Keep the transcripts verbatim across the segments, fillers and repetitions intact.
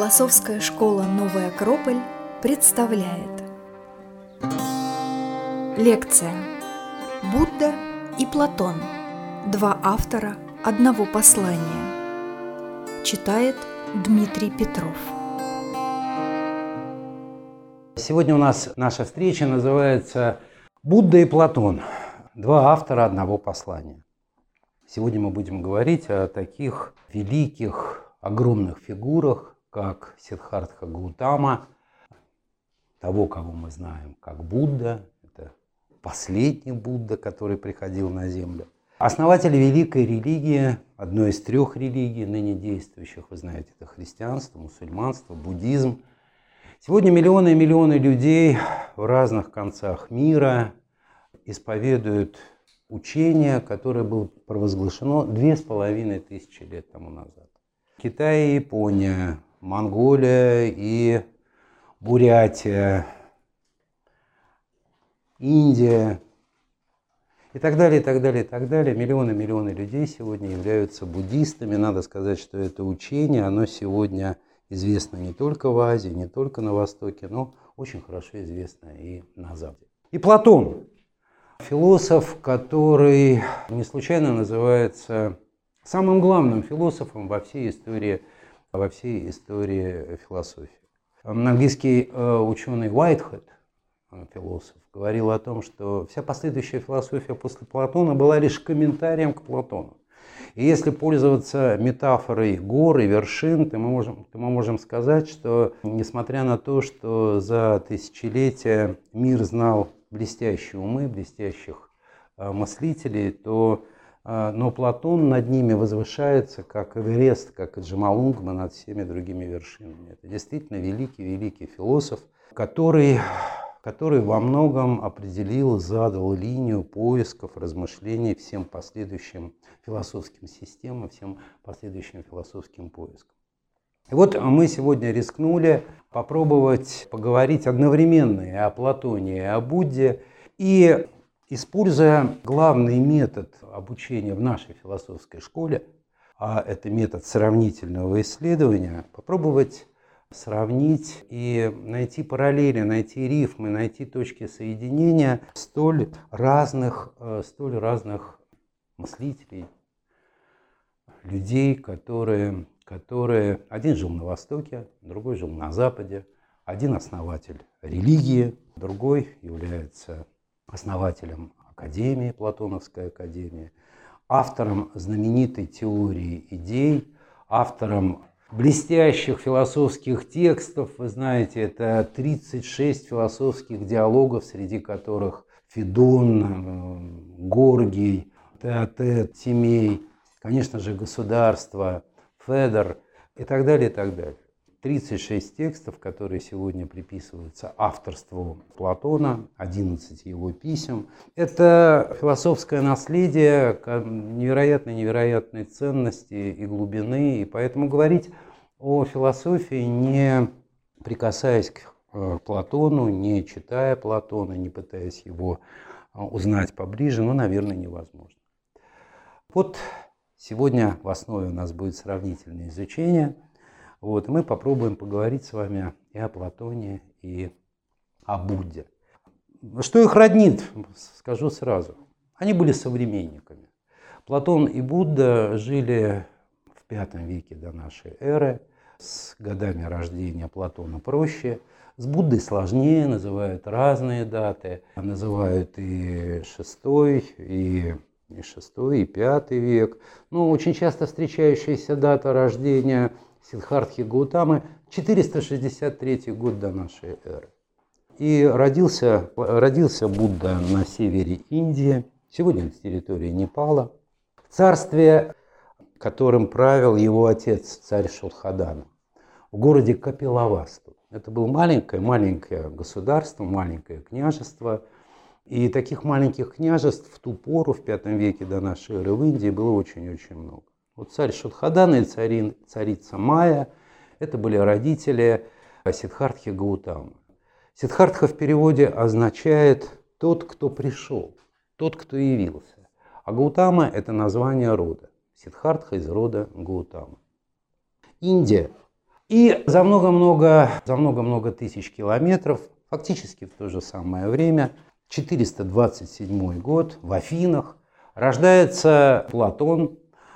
Философская школа «Новый Акрополь» представляет. Лекция «Будда и Платон. Два автора одного послания». Читает Дмитрий Петров. Сегодня у нас наша встреча называется «Будда и Платон. Два автора одного послания». Сегодня мы будем говорить о таких великих, огромных фигурах, как Сиддхартха Гаутама, того, кого мы знаем как Будда, это последний Будда, который приходил на землю. Основатель великой религии, одной из трех религий ныне действующих, вы знаете, это христианство, мусульманство, буддизм. Сегодня миллионы и миллионы людей в разных концах мира исповедуют учение, которое было провозглашено две с половиной тысячи лет тому назад. Китай и Япония, Монголия и Бурятия, Индия и так далее, и так далее, и так далее. Миллионы и миллионы людей сегодня являются буддистами. Надо сказать, что это учение, оно сегодня известно не только в Азии, не только на Востоке, но очень хорошо известно и на Западе. И Платон, философ, который не случайно называется самым главным философом во всей истории, во всей истории философии. Английский ученый Уайтхед, философ, говорил о том, что вся последующая философия после Платона была лишь комментарием к Платону. И если пользоваться метафорой гор и вершин, то мы можем, то мы можем сказать, что несмотря на то, что за тысячелетия мир знал блестящие умы, блестящих мыслителей, то но Платон над ними возвышается, как Эверест, как Джомолунгма над всеми другими вершинами. Это действительно великий-великий философ, который, который во многом определил, задал линию поисков, размышлений всем последующим философским системам, всем последующим философским поискам. И вот мы сегодня рискнули попробовать поговорить одновременно и о Платоне, и о Будде, и используя главный метод обучения в нашей философской школе, а это метод сравнительного исследования, попробовать сравнить и найти параллели, найти рифмы, найти точки соединения столь разных, столь разных мыслителей, людей, которые, которые... Один жил на Востоке, другой жил на Западе, один основатель религии, другой является основателем Академии, Платоновской академии, автором знаменитой теории идей, автором блестящих философских текстов. Вы знаете, это тридцать шесть философских диалогов, среди которых Федон, Горгий, Теотет, Тимей, конечно же, Государство, Федор и так далее, и так далее. тридцать шесть текстов, которые сегодня приписываются авторству Платона, одиннадцать его писем. Это философское наследие невероятной-невероятной ценности и глубины. И поэтому говорить о философии, не прикасаясь к Платону, не читая Платона, не пытаясь его узнать поближе, ну, наверное, невозможно. Вот сегодня в основе у нас будет сравнительное изучение. Вот, мы попробуем поговорить с вами и о Платоне, и о Будде. Что их роднит, скажу сразу. Они были современниками. Платон и Будда жили в пятом веке до нашей эры. С годами рождения Платона проще. С Буддой сложнее, называют разные даты. Называют и шестой, и... и шестой, и пятый век. Но очень часто встречающаяся дата рождения Сиддхартхи Гаутамы четыреста шестьдесят третий год до нашей эры. И родился, родился Будда на севере Индии, сегодня на территории Непала, в царстве, которым правил его отец, царь Шудхадана, в городе Капилавасту. Это было маленькое-маленькое государство, маленькое княжество. И таких маленьких княжеств в ту пору, в пятом веке до нашей эры, в Индии было очень-очень много. Вот царь Шудхадана и царин, царица Майя – это были родители Сиддхартхи Гаутамы. Сиддхартха в переводе означает «тот, кто пришел», «тот, кто явился». А Гаутама – это название рода. Сиддхартха из рода Гаутамы. Индия И за много-много, за много-много тысяч километров, фактически в то же самое время, четыреста двадцать седьмой год, в Афинах, рождается Платон.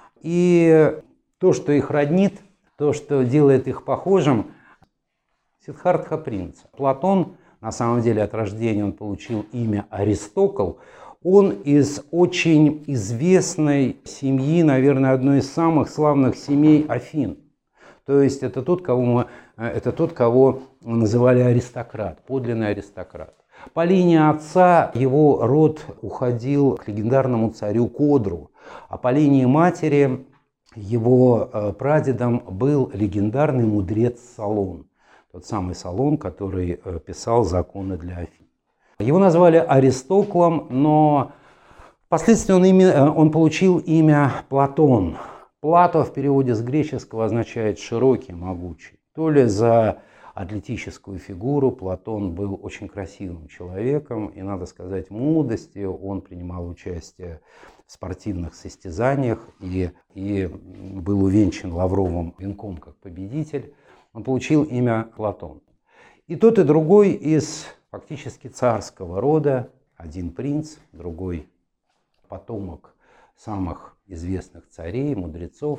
И то, что их роднит, то, что делает их похожим, Сиддхартха принца. Платон, на самом деле, от рождения он получил имя Аристокл. Он из очень известной семьи, наверное, одной из самых славных семей Афин. То есть это тот, кого, мы, это тот, кого называли аристократ, подлинный аристократ. По линии отца его род уходил к легендарному царю Кодру, а по линии матери его прадедом был легендарный мудрец Солон. Тот самый Солон, который писал законы для Афин. Его назвали Аристоклом, но впоследствии он, имя, он получил имя Платон. Плато в переводе с греческого означает «широкий, могучий». То ли за атлетическую фигуру Платон был очень красивым человеком, и, надо сказать, в молодости он принимал участие в спортивных состязаниях и, и был увенчан лавровым венком как победитель. Он получил имя Платон. И тот, и другой из фактически царского рода, один принц, другой потомок самых известных царей, мудрецов.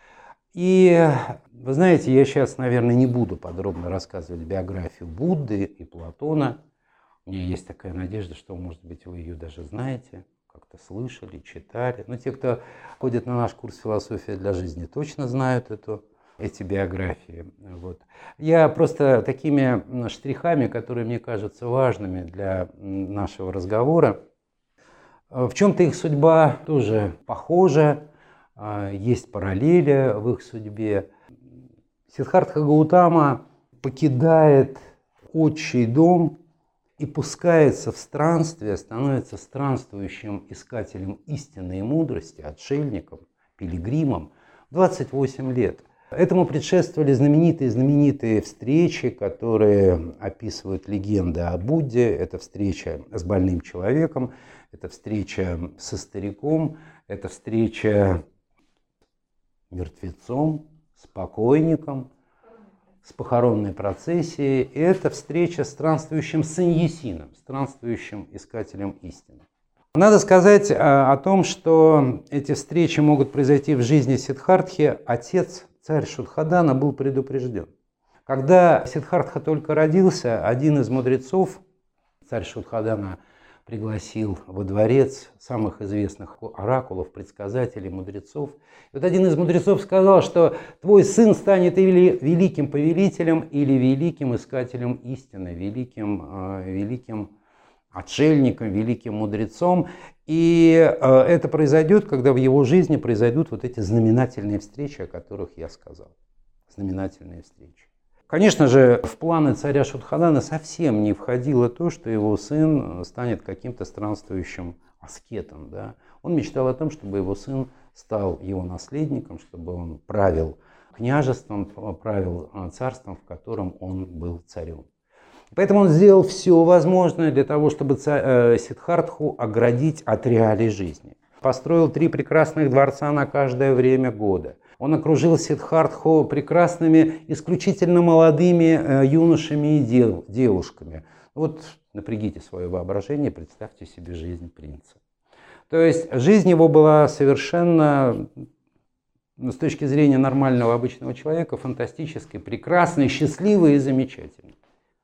И вы знаете, я сейчас, наверное, не буду подробно рассказывать биографию Будды и Платона. У меня есть такая надежда, что, может быть, вы ее даже знаете, как-то слышали, читали. Но те, кто ходит на наш курс «Философия для жизни», точно знают эту, эти биографии. Вот. Я просто такими штрихами, которые мне кажутся важными для нашего разговора, в чем-то их судьба тоже похожа, есть параллели в их судьбе. Сиддхартха Гаутама покидает отчий дом и пускается в странствие, становится странствующим искателем истины и мудрости, отшельником, пилигримом в двадцать восемь лет. Этому предшествовали знаменитые-знаменитые встречи, которые описывают легенды о Будде. Это встреча с больным человеком, это встреча со стариком, это встреча с мертвецом, с покойником, с похоронной процессией. И это встреча с странствующим саньясином, странствующим искателем истины. Надо сказать о том, что эти встречи могут произойти в жизни Сиддхартхи. Отец, царь Шудхадана, был предупрежден. Когда Сиддхартха только родился, один из мудрецов, царь Шудхадана пригласил во дворец самых известных оракулов, предсказателей, мудрецов. И вот один из мудрецов сказал, что твой сын станет или великим повелителем, или великим искателем истины, великим, э, великим отшельником, великим мудрецом. И э, это произойдет, когда в его жизни произойдут вот эти знаменательные встречи, о которых я сказал. Знаменательные встречи. Конечно же, в планы царя Шудхадана совсем не входило то, что его сын станет каким-то странствующим аскетом. Да? Он мечтал о том, чтобы его сын стал его наследником, чтобы он правил княжеством, правил царством, в котором он был царем. Поэтому он сделал все возможное для того, чтобы Сиддхартху оградить от реалий жизни. Построил три прекрасных дворца на каждое время года. Он окружил Сиддхартху прекрасными, исключительно молодыми юношами и дев, девушками. Вот напрягите свое воображение, представьте себе жизнь принца. То есть жизнь его была совершенно, с точки зрения нормального обычного человека, фантастической, прекрасной, счастливой и замечательной.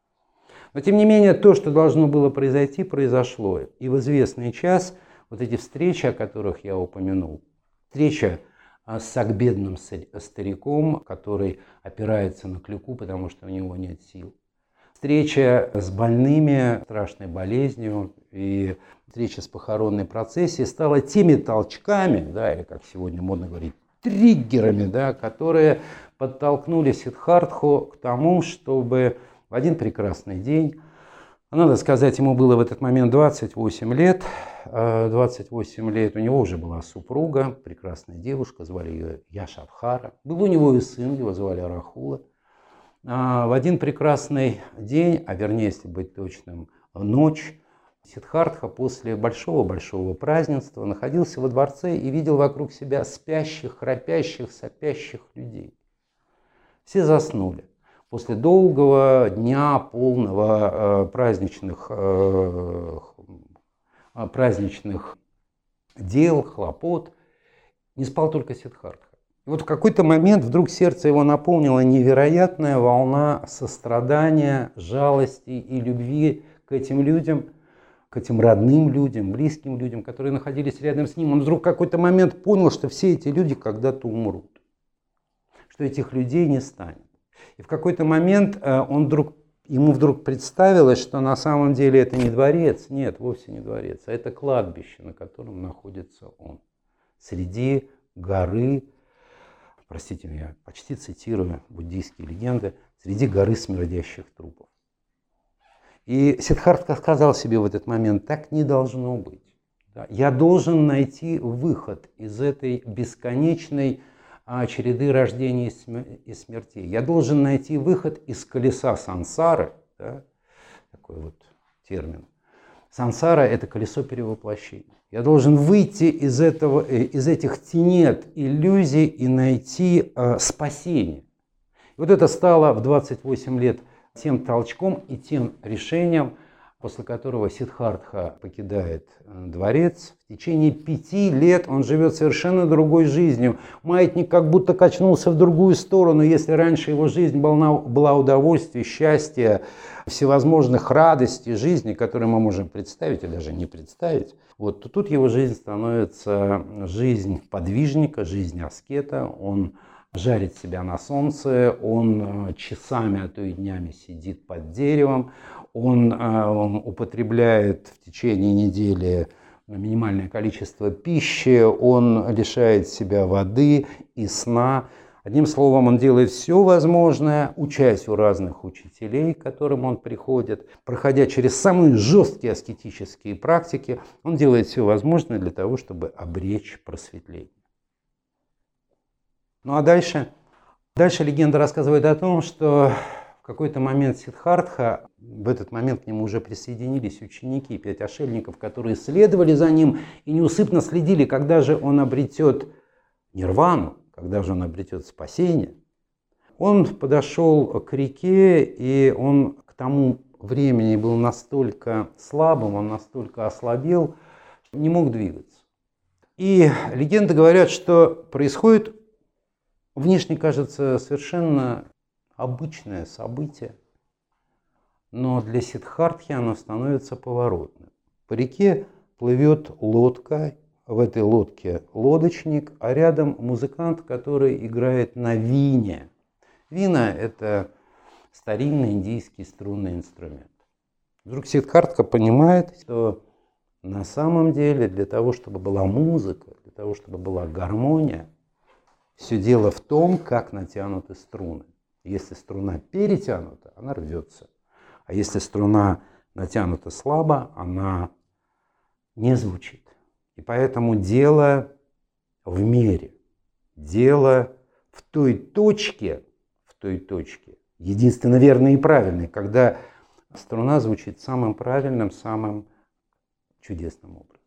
Но тем не менее, то, что должно было произойти, произошло. И в известный час вот эти встречи, о которых я упомянул, встреча с сагбедным стариком, который опирается на клюку, потому что у него нет сил. Встреча с больными, страшной болезнью и встреча с похоронной процессией стала теми толчками, да, или как сегодня модно говорить, триггерами, да, которые подтолкнули Сиддхартху к тому, чтобы в один прекрасный день, надо сказать, ему было в этот момент двадцать восемь лет, двадцать восемь лет, у него уже была супруга, прекрасная девушка, звали ее Яшадхара. Был у него и сын, его звали Рахула. В один прекрасный день, а вернее, если быть точным, ночь, Сиддхартха после большого-большого празднества находился во дворце и видел вокруг себя спящих, храпящих, сопящих людей. Все заснули. После долгого дня, полного э, праздничных, э, праздничных дел, хлопот, не спал только Сиддхартха. И вот в какой-то момент вдруг сердце его наполнила невероятная волна сострадания, жалости и любви к этим людям, к этим родным людям, близким людям, которые находились рядом с ним. Он вдруг в какой-то момент понял, что все эти люди когда-то умрут, что этих людей не станет. И в какой-то момент он вдруг, ему вдруг представилось, что на самом деле это не дворец, нет, вовсе не дворец, а это кладбище, на котором находится он, среди горы, простите меня, почти цитирую буддийские легенды, среди горы смердящих трупов. И Сиддхартха сказал себе в этот момент: так не должно быть. Я должен найти выход из этой бесконечной череды рождений и смертей. Я должен найти выход из колеса сансары, да, такой вот термин. Сансара – это колесо перевоплощения. Я должен выйти из, этого, из этих тенет, иллюзий и найти э, спасение. И вот это стало в двадцать восемь лет тем толчком и тем решением, после которого Сиддхартха покидает дворец. В течение пяти лет он живет совершенно другой жизнью. Маятник как будто качнулся в другую сторону. Если раньше его жизнь была удовольствие, счастье, всевозможных радостей жизни, которые мы можем представить и даже не представить, вот, то тут его жизнь становится жизнь подвижника, жизнь аскета. Он жарит себя на солнце, он часами, а то и днями сидит под деревом. Он э, употребляет в течение недели минимальное количество пищи, он лишает себя воды и сна. Одним словом, он делает все возможное, учась у разных учителей, к которым он приходит, проходя через самые жесткие аскетические практики, он делает все возможное для того, чтобы обречь просветление. Ну а дальше, дальше легенда рассказывает о том, что в какой-то момент Сиддхартха, в этот момент к нему уже присоединились ученики, пять отшельников, которые следовали за ним и неусыпно следили, когда же он обретет нирвану, когда же он обретет спасение. Он подошел к реке, и он к тому времени был настолько слабым, он настолько ослабел, не мог двигаться. И легенды говорят, что происходит, внешне кажется, совершенно обычное событие, но для Сиддхартхи оно становится поворотным. По реке плывет лодка, в этой лодке лодочник, а рядом музыкант, который играет на вине. Вина – это старинный индийский струнный инструмент. Вдруг Сиддхартха понимает, что на самом деле для того, чтобы была музыка, для того, чтобы была гармония, все дело в том, как натянуты струны. Если струна перетянута, она рвется. А если струна натянута слабо, она не звучит. И поэтому дело в мере, дело в той точке, в той точке, единственно верной и правильной, когда струна звучит самым правильным, самым чудесным образом.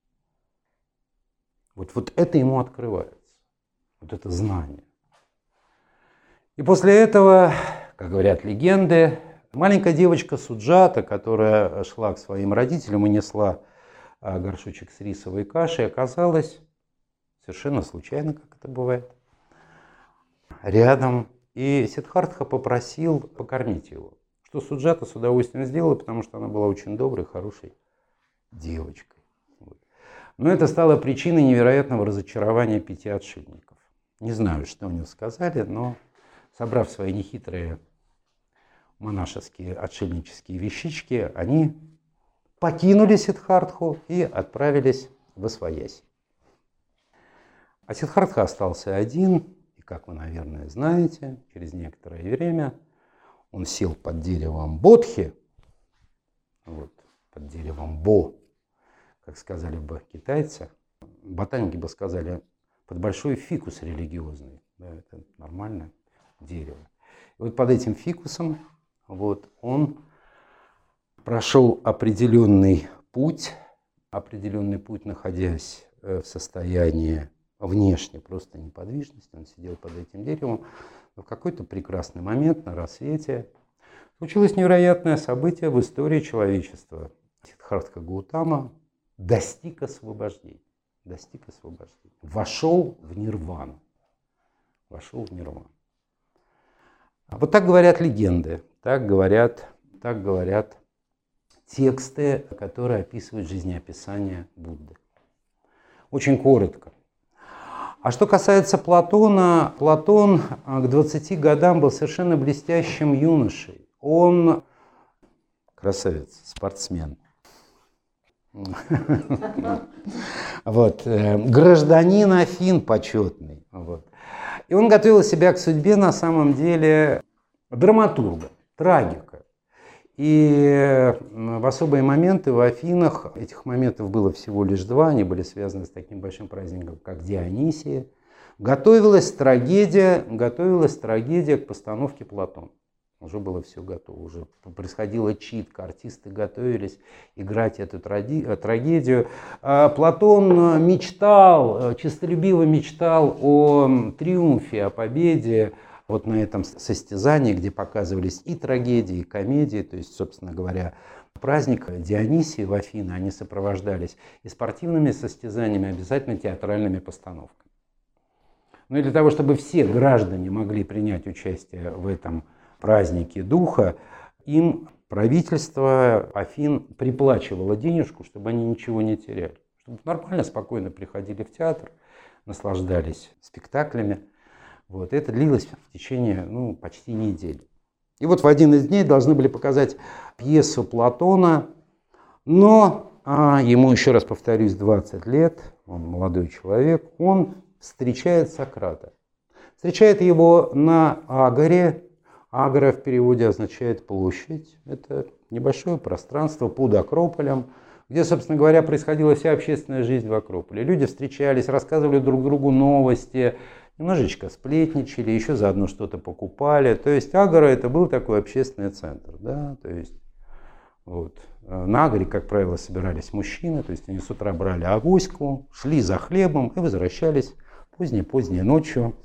Вот, вот это ему открывается, вот это знание. И после этого, как говорят легенды, маленькая девочка Суджата, которая шла к своим родителям и несла горшочек с рисовой кашей, оказалась совершенно случайно, как это бывает, рядом. И Сиддхартха попросил покормить его, что Суджата с удовольствием сделала, потому что она была очень доброй, хорошей девочкой. Но это стало причиной невероятного разочарования пяти отшельников. Не знаю, что они сказали, но собрав свои нехитрые монашеские отшельнические вещички, они покинули Сиддхартху и отправились в Освояси. А Сиддхартха остался один, и, как вы, наверное, знаете, через некоторое время он сел под деревом Бодхи, вот, под деревом Бо, как сказали бы китайцы, ботаники бы сказали, под большой фикус религиозный, да, это нормальное дерево. И вот под этим фикусом вот, он прошел определенный путь, определенный путь, находясь в состоянии внешней просто неподвижности. Он сидел под этим деревом, Но в какой-то прекрасный момент на рассвете случилось невероятное событие в истории человечества. Сиддхартха Гаутама достиг освобождения. Достиг освобождения. Вошел в нирвану. Вошел в нирвану. Вот так говорят легенды, так говорят, так говорят тексты, которые описывают жизнеописание Будды. Очень коротко. А что касается Платона, Платон к двадцати годам был совершенно блестящим юношей. Он красавец, спортсмен. Вот. Гражданин Афин почетный. Вот. И он готовил себя к судьбе на самом деле драматурга, трагика. И в особые моменты в Афинах, этих моментов было всего лишь два, они были связаны с таким большим праздником, как Дионисия, готовилась трагедия, готовилась трагедия к постановке Платона. Уже было все готово, уже происходила читка, артисты готовились играть эту трагедию. Платон мечтал, честолюбиво мечтал о триумфе, о победе вот на этом состязании, где показывались и трагедии, и комедии. То есть, собственно говоря, праздник Дионисии в Афинах, они сопровождались и спортивными состязаниями, обязательно театральными постановками. Ну и для того, чтобы все граждане могли принять участие в этом праздники духа, им правительство Афин приплачивало денежку, чтобы они ничего не теряли. Чтобы нормально, спокойно приходили в театр, наслаждались спектаклями. Вот. Это длилось в течение ну, почти недели. И вот в один из дней должны были показать пьесу Платона, но а, ему, еще раз повторюсь, двадцать лет, он молодой человек, он встречает Сократа. Встречает его на Агоре. Агора в переводе означает площадь. Это небольшое пространство под Акрополем, где, собственно говоря, происходила вся общественная жизнь в Акрополе. Люди встречались, рассказывали друг другу новости, немножечко сплетничали, еще заодно что-то покупали. То есть Агора это был такой общественный центр. Да? То есть, вот. На Агоре, как правило, собирались мужчины, то есть они с утра брали авоську, шли за хлебом и возвращались поздней-поздней ночью.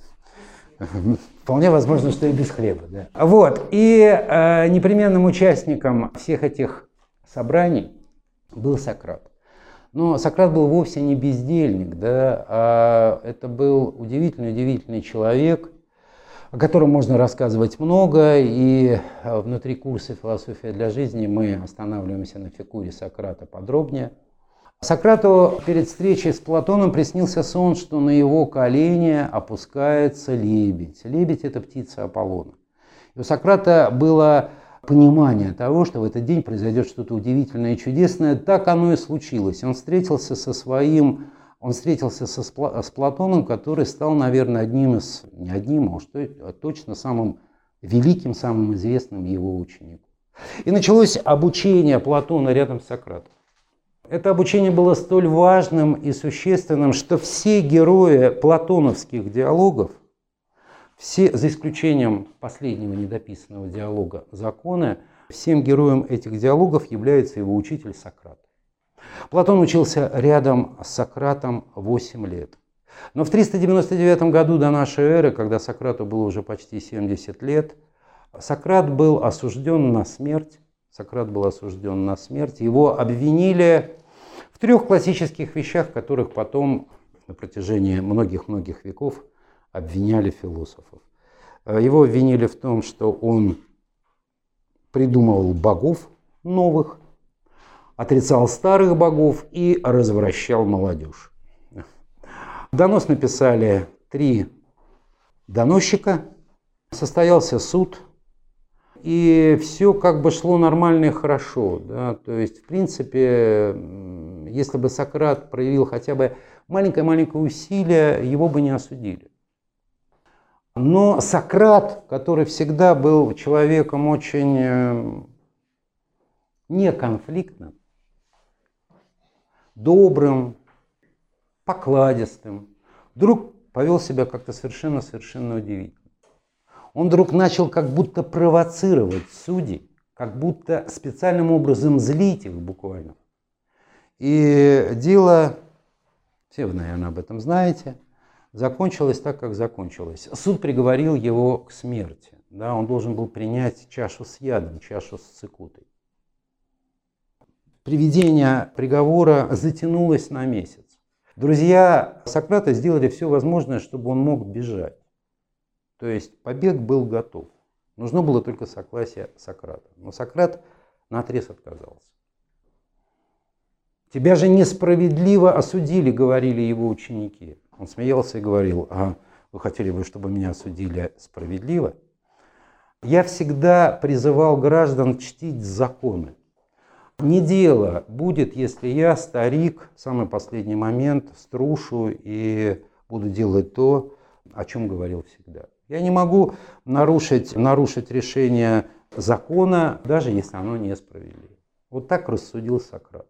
Вполне возможно, что и без хлеба. Да. Вот. И э, непременным участником всех этих собраний был Сократ. Но Сократ был вовсе не бездельник, да, а это был удивительный-удивительный человек, о котором можно рассказывать много. И внутри курса «Философия для жизни» мы останавливаемся на фигуре Сократа подробнее. Сократу перед встречей с Платоном приснился сон, что на его колени опускается лебедь. Лебедь – это птица Аполлона. И у Сократа было понимание того, что в этот день произойдет что-то удивительное и чудесное. Так оно и случилось. Он встретился со своим, он встретился со, с Платоном, который стал, наверное, одним из, не одним, а уж точно самым великим, самым известным его учеником. И началось обучение Платона рядом с Сократом. Это обучение было столь важным и существенным, что все герои платоновских диалогов, все, за исключением последнего недописанного диалога «Законы», всем героем этих диалогов является его учитель Сократ. Платон учился рядом с Сократом восемь лет. Но в триста девяносто девятом году до нашей эры, когда Сократу было уже почти семьдесят лет, Сократ был осужден на смерть. Сократ был осужден на смерть. Его обвинили в трех классических вещах, которых потом на протяжении многих-многих веков обвиняли философов. Его обвинили в том, что он придумывал богов новых, отрицал старых богов и развращал молодежь. Донос написали три доносчика, состоялся суд. И все как бы шло нормально и хорошо. Да? То есть, в принципе, если бы Сократ проявил хотя бы маленькое-маленькое усилие, его бы не осудили. Но Сократ, который всегда был человеком очень неконфликтным, добрым, покладистым, вдруг повел себя как-то совершенно-совершенно удивительно. Он вдруг начал как будто провоцировать судей, как будто специальным образом злить их буквально. И дело, все вы, наверное, об этом знаете, закончилось так, как закончилось. Суд приговорил его к смерти. Да, он должен был принять чашу с ядом, чашу с цикутой. Приведение приговора затянулось на месяц. Друзья Сократа сделали все возможное, чтобы он мог бежать. То есть побег был готов. Нужно было только согласие Сократа. Но Сократ наотрез отказался. «Тебя же несправедливо осудили», — говорили его ученики. Он смеялся и говорил: «А вы хотели бы, чтобы меня осудили справедливо?» Я всегда призывал граждан чтить законы. Не дело будет, если я, старик, в самый последний момент струшу и буду делать то, о чем говорил всегда. Я не могу нарушить, нарушить решение закона, даже если оно несправедливо. Вот так рассудил Сократ.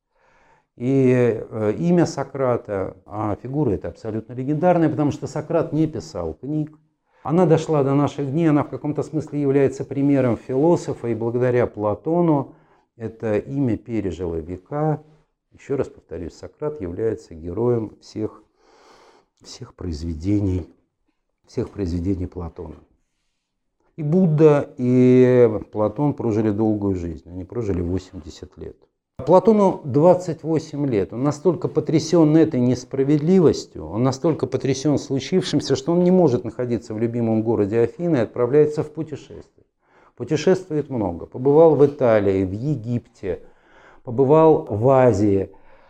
И имя Сократа, а фигура эта абсолютно легендарная, потому что Сократ не писал книг. Она дошла до наших дней, она в каком-то смысле является примером философа, и благодаря Платону это имя пережило века. Еще раз повторюсь, Сократ является героем всех, всех произведений, всех произведений Платона. И Будда, и Платон прожили долгую жизнь, они прожили восемьдесят лет. Платону двадцать восемь лет. Он настолько потрясен этой несправедливостью, он настолько потрясен случившимся, что он не может находиться в любимом городе Афины и отправляется в путешествие. Путешествует много. Побывал в Италии, в Египте, побывал в Азии.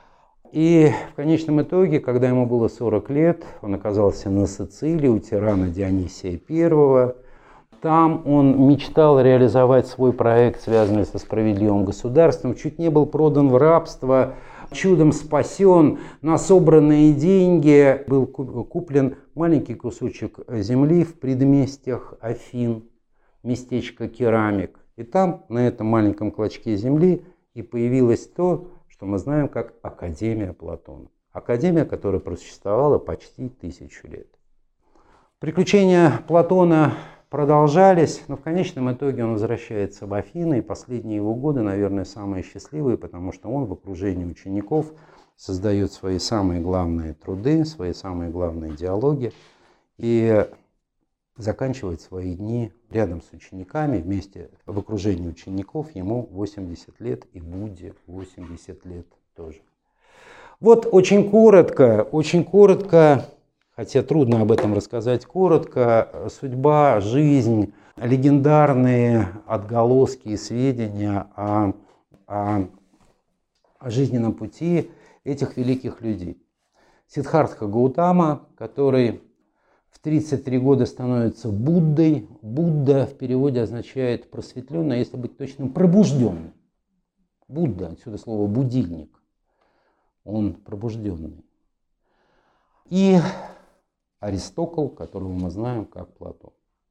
И в конечном итоге, когда ему было сорок лет, он оказался на Сицилии у тирана Дионисия Первого. Там он мечтал реализовать свой проект, связанный со справедливым государством. Чуть не был продан в рабство, чудом спасен. На собранные деньги был куплен маленький кусочек земли в предместьях Афин, местечко Керамик. И там, на этом маленьком клочке земли, и появилось то, что мы знаем как Академия Платона. Академия, которая просуществовала почти тысячу лет. Приключения Платона продолжались, но в конечном итоге он возвращается в Афины, и последние его годы, наверное, самые счастливые, потому что он в окружении учеников создает свои самые главные труды, свои самые главные диалоги и заканчивает свои дни рядом с учениками, вместе в окружении учеников. Ему восемьдесят лет, и Будде восемьдесят лет тоже. Вот очень коротко, очень коротко, хотя трудно об этом рассказать коротко, судьба, жизнь, легендарные отголоски и сведения о, о, о жизненном пути этих великих людей. Сиддхартха Гаутама, который в тридцать три года становится Буддой. Будда в переводе означает просветленный, а если быть точным, пробужденный. Будда, отсюда слово будильник. Он пробужденный. И Аристокл, которого мы знаем как Платон.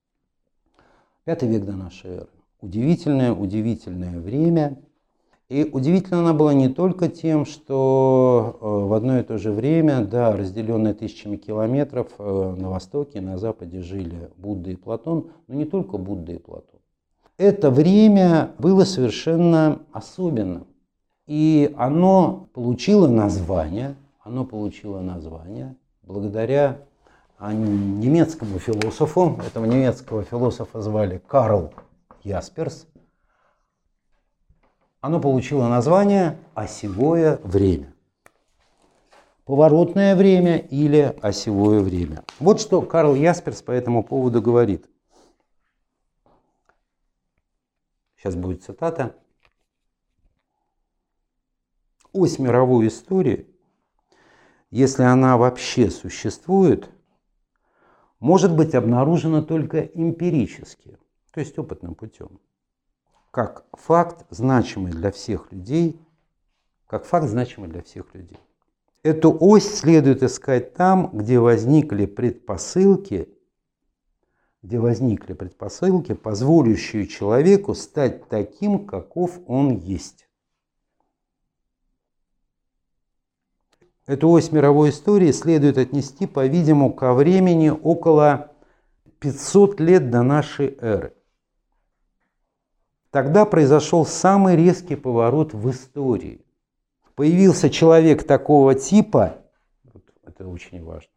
Пятый век до нашей эры. Удивительное, удивительное время. И удивительно она была не только тем, что в одно и то же время, да, разделенные тысячами километров, на востоке и на западе жили Будда и Платон, но не только Будда и Платон. Это время было совершенно особенным. И оно получило название, оно получило название благодаря немецкому философу. Этого немецкого философа звали Карл Ясперс. Оно получило название «Осевое время». Поворотное время или осевое время. Вот что Карл Ясперс по этому поводу говорит. Сейчас будет цитата. «Ось мировой истории, если она вообще существует, может быть обнаружена только эмпирически, то есть опытным путем, как факт, значимый для всех людей, как факт, значимый для всех людей. Эту ось следует искать там, где возникли предпосылки, где возникли предпосылки, позволяющие человеку стать таким, каков он есть. Эту ось мировой истории следует отнести, по-видимому, ко времени около пятисот лет до нашей эры. Тогда произошел самый резкий поворот в истории. Появился человек такого типа, это очень важно,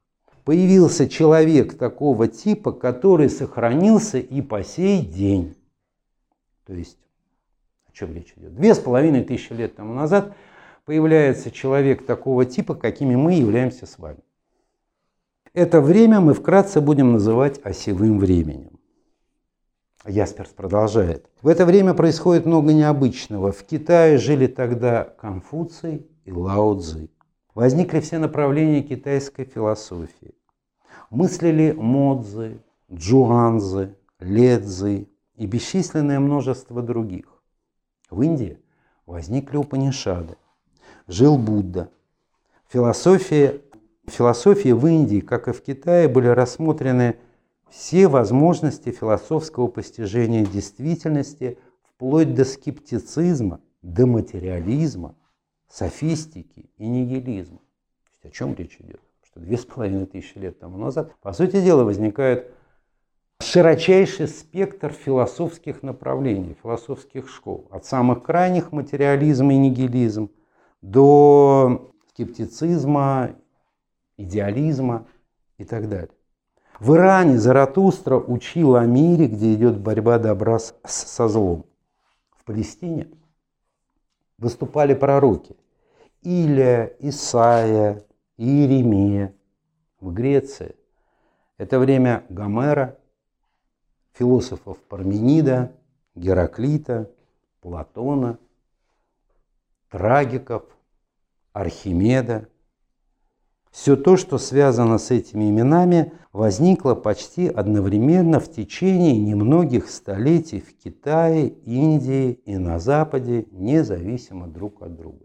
появился человек такого типа, который сохранился и по сей день. То есть, о чем речь идет? Две с половиной тысячи лет тому назад появляется человек такого типа, какими мы являемся с вами. Это время мы вкратце будем называть осевым временем. Ясперс продолжает. В это время происходит много необычного. В Китае жили тогда Конфуций и Лао Цзы. Возникли все направления китайской философии. Мыслили Мо Цзы, Чжуанцзы, Ле Цзы и бесчисленное множество других. В Индии возникли Упанишады. Жил Будда. Философия, философии в Индии, как и в Китае, были рассмотрены все возможности философского постижения действительности, вплоть до скептицизма, до материализма, софистики и нигилизма. О чем речь идет? Что две с половиной тысячи лет тому назад, по сути дела, возникает широчайший спектр философских направлений, философских школ. От самых крайних материализм и нигилизм до скептицизма, идеализма и так далее. В Иране Заратустра учил о мире, где идет борьба добра со злом. В Палестине выступали пророки Илия, Исаия, Иеремия. В Греции это время Гомера, философов Парменида, Гераклита, Платона, трагиков, Архимеда. Все то, что связано с этими именами, возникло почти одновременно в течение немногих столетий в Китае, Индии и на Западе, независимо друг от друга.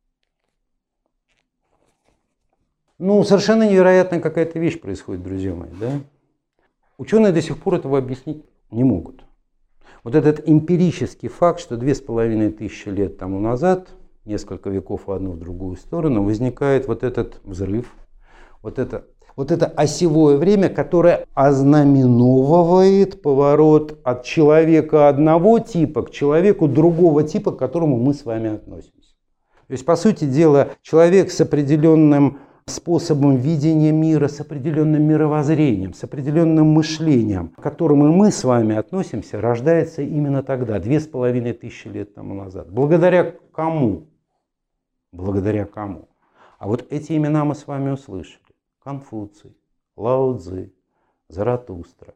Ну, совершенно невероятная какая-то вещь происходит, друзья мои, да? Ученые до сих пор этого объяснить не могут. Вот этот эмпирический факт, что две с половиной тысячи лет тому назад, несколько веков в одну в другую сторону, возникает вот этот взрыв, вот это, вот это осевое время, которое ознаменовывает поворот от человека одного типа к человеку другого типа, к которому мы с вами относимся. То есть, по сути дела, человек с определенным способом видения мира, с определенным мировоззрением, с определенным мышлением, к которому мы с вами относимся, рождается именно тогда, две с половиной тысячи лет тому назад. Благодаря кому? Благодаря кому? А вот эти имена мы с вами услышали. Конфуций, Лао Цзы, Заратустра.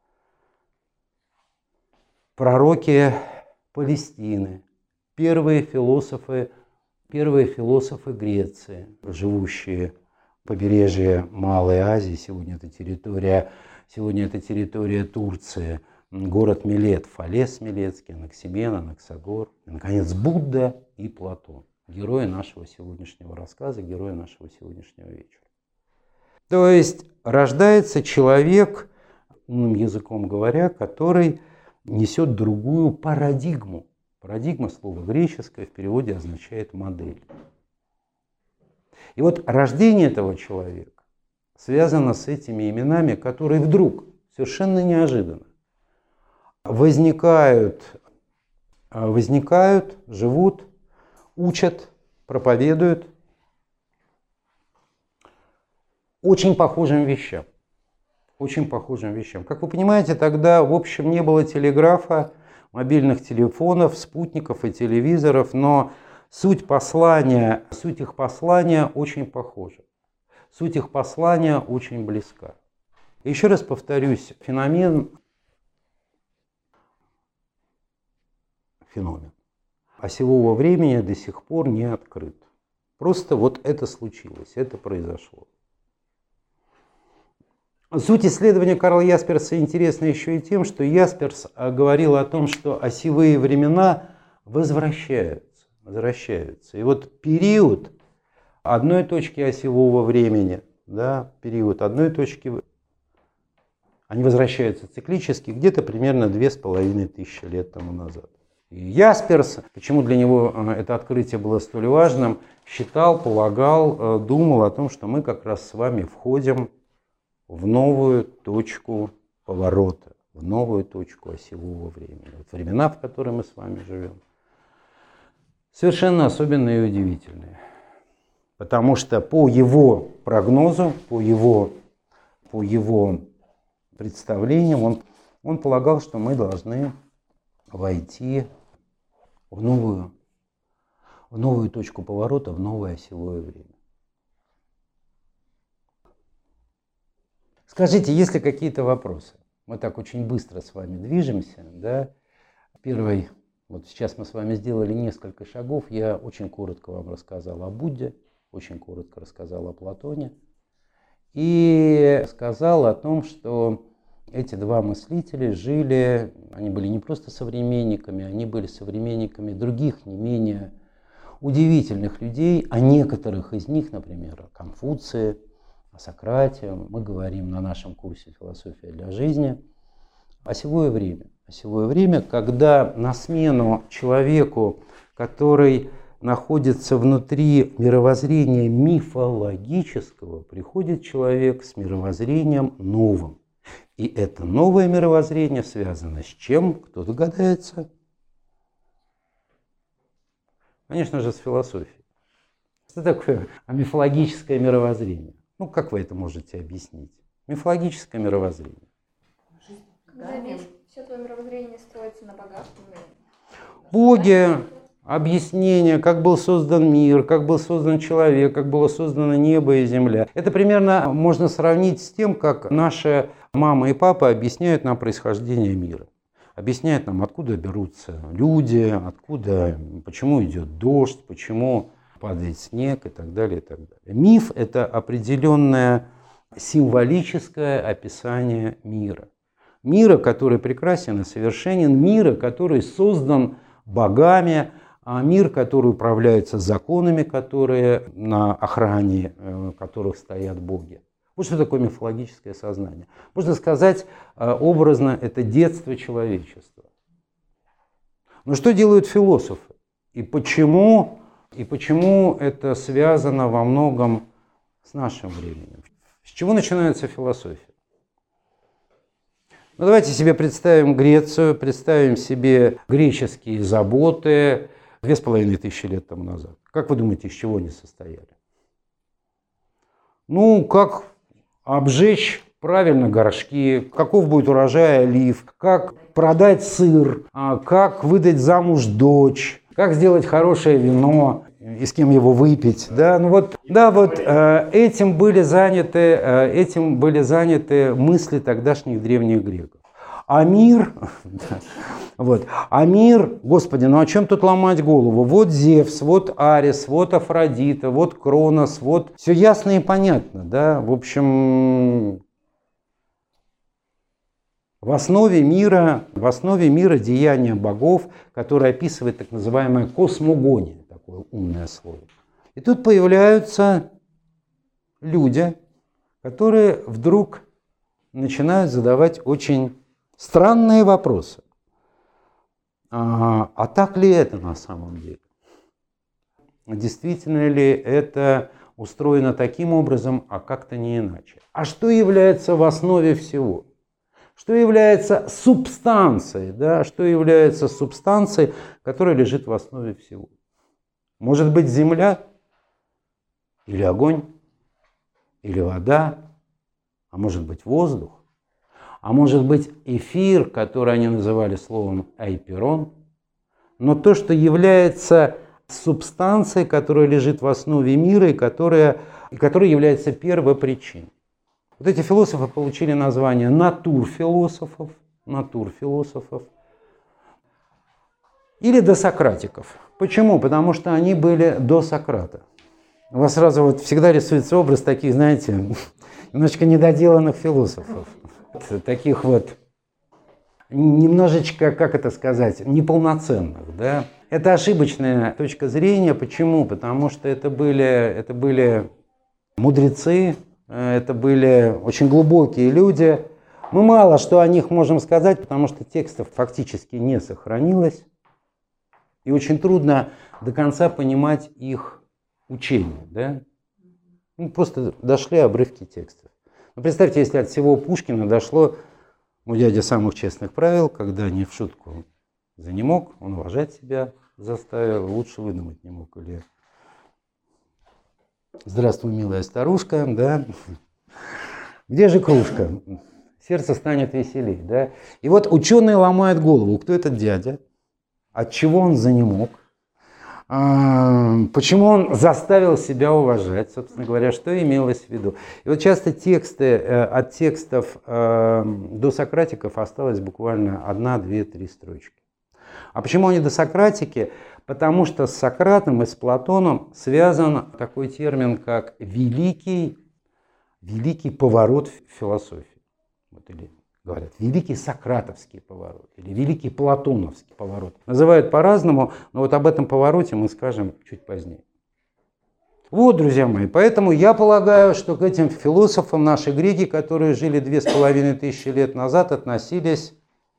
Пророки Палестины, первые философы, первые философы Греции, живущие в побережье Малой Азии, сегодня это территория, сегодня это территория Турции, город Милет, Фалес Милетский, Анаксимен, Анаксагор, и, наконец, Будда и Платон. Герои нашего сегодняшнего рассказа, герои нашего сегодняшнего вечера. То есть рождается человек, умным языком говоря, который несет другую парадигму. Парадигма, слово греческое, в переводе означает модель. И вот рождение этого человека связано с этими именами, которые вдруг, совершенно неожиданно, возникают, возникают, живут, учат, проповедуют очень похожим вещам. Очень похожим вещам. Как вы понимаете, тогда, в общем, не было телеграфа, мобильных телефонов, спутников и телевизоров, но суть послания, суть их послания очень похожа. Суть их послания очень близка. Еще раз повторюсь, феномен, феномен осевого времени до сих пор не открыт. Просто вот это случилось, это произошло. Суть исследования Карла Ясперса интересна еще и тем, что Ясперс говорил о том, что осевые времена возвращаются, возвращаются. И вот период одной точки осевого времени, да, период одной точки, они возвращаются циклически где-то примерно две с половиной тысячи лет тому назад. И Ясперс, почему для него это открытие было столь важным, считал, полагал, думал о том, что мы как раз с вами входим в новую точку поворота, в новую точку осевого времени. Вот времена, в которые мы с вами живем, совершенно особенные и удивительные. Потому что по его прогнозу, по его по его представлениям, он, он полагал, что мы должны войти в новую, в новую точку поворота, в новое осевое время. Скажите, есть ли какие-то вопросы? Мы так очень быстро с вами движемся, да? Первый, вот сейчас мы с вами сделали несколько шагов, я очень коротко вам рассказал о Будде, очень коротко рассказал о Платоне и сказал о том, что эти два мыслителя жили, они были не просто современниками, они были современниками других не менее удивительных людей, о некоторых из них, например, о Конфуции, о Сократе, мы говорим на нашем курсе «Философия для жизни», осевое время. Осевое время, когда на смену человеку, который находится внутри мировоззрения мифологического, приходит человек с мировоззрением новым. И это новое мировоззрение связано с чем? Кто догадается? Конечно же, с философией. Что такое мифологическое мировоззрение? Ну, как вы это можете объяснить? Мифологическое мировоззрение. Когда миф, все твое мировоззрение строится на богах. Боги, объяснение, как был создан мир, как был создан человек, как было создано небо и земля. Это примерно можно сравнить с тем, как наши мама и папа объясняют нам происхождение мира. Объясняют нам, откуда берутся люди, откуда, почему идет дождь, почему падает снег и так далее, и так далее. Миф – это определенное символическое описание мира. Мира, который прекрасен и совершенен, мира, который создан богами, мир, который управляется законами, которые на охране которых стоят боги. Вот что такое мифологическое сознание. Можно сказать образно, это детство человечества. Но что делают философы? И почему, и почему это связано во многом с нашим временем? С чего начинается философия? Ну, давайте себе представим Грецию, представим себе греческие заботы две с половиной тысячи лет тому назад. Как вы думаете, из чего они состояли? Ну, как обжечь правильно горшки, каков будет урожай олив, как продать сыр, как выдать замуж дочь, как сделать хорошее вино и с кем его выпить. Да, ну вот, да, вот этим были заняты, этим были заняты мысли тогдашних древних греков. А мир, вот, а мир, Господи, ну о чем тут ломать голову? Вот Зевс, вот Арес, вот Афродита, вот Кронос, вот все ясно и понятно, да, в общем, в основе мира, в основе мира деяния богов, которое описывает так называемая космогония, такое умное слово. И тут появляются люди, которые вдруг начинают задавать очень странные вопросы. А, а так ли это на самом деле? Действительно ли это устроено таким образом, а как-то не иначе? А что является в основе всего? Что является субстанцией, да? Что является субстанцией, которая лежит в основе всего? Может быть, земля, или огонь, или вода, а может быть, воздух, а может быть, эфир, который они называли словом айперон. Но то, что является субстанцией, которая лежит в основе мира и которая, и которая является первопричиной. Вот эти философы получили название натурфилософов, натурфилософов или досократиков. Почему? Потому что они были до Сократа. У вас сразу вот всегда рисуется образ таких, знаете, немножечко недоделанных философов. Таких вот немножечко, как это сказать, неполноценных. Да? Это ошибочная точка зрения. Почему? Потому что это были, это были мудрецы, это были очень глубокие люди. Мы мало что о них можем сказать, потому что текстов фактически не сохранилось. И очень трудно до конца понимать их учение. Да? Ну, просто дошли обрывки текстов. Но представьте, если от всего Пушкина дошло у дяди самых честных правил, когда не в шутку занемог, он уважать себя заставил, лучше выдумать не мог. Или «Здравствуй, милая старушка», да. Где же кружка? Сердце станет веселей, да? И вот ученые ломают голову, кто этот дядя, от чего он занемог, почему он заставил себя уважать, собственно говоря, что имелось в виду. И вот часто тексты, от текстов досократиков осталось буквально одна, две, три строчки. А почему они досократики? Потому что с Сократом и с Платоном связан такой термин, как великий, великий поворот в философии. Вот, или говорят, великий сократовский поворот, или великий платоновский поворот. Называют по-разному, но вот об этом повороте мы скажем чуть позднее. Вот, друзья мои, поэтому я полагаю, что к этим философам наши греки, которые жили две с половиной тысячи лет назад, относились...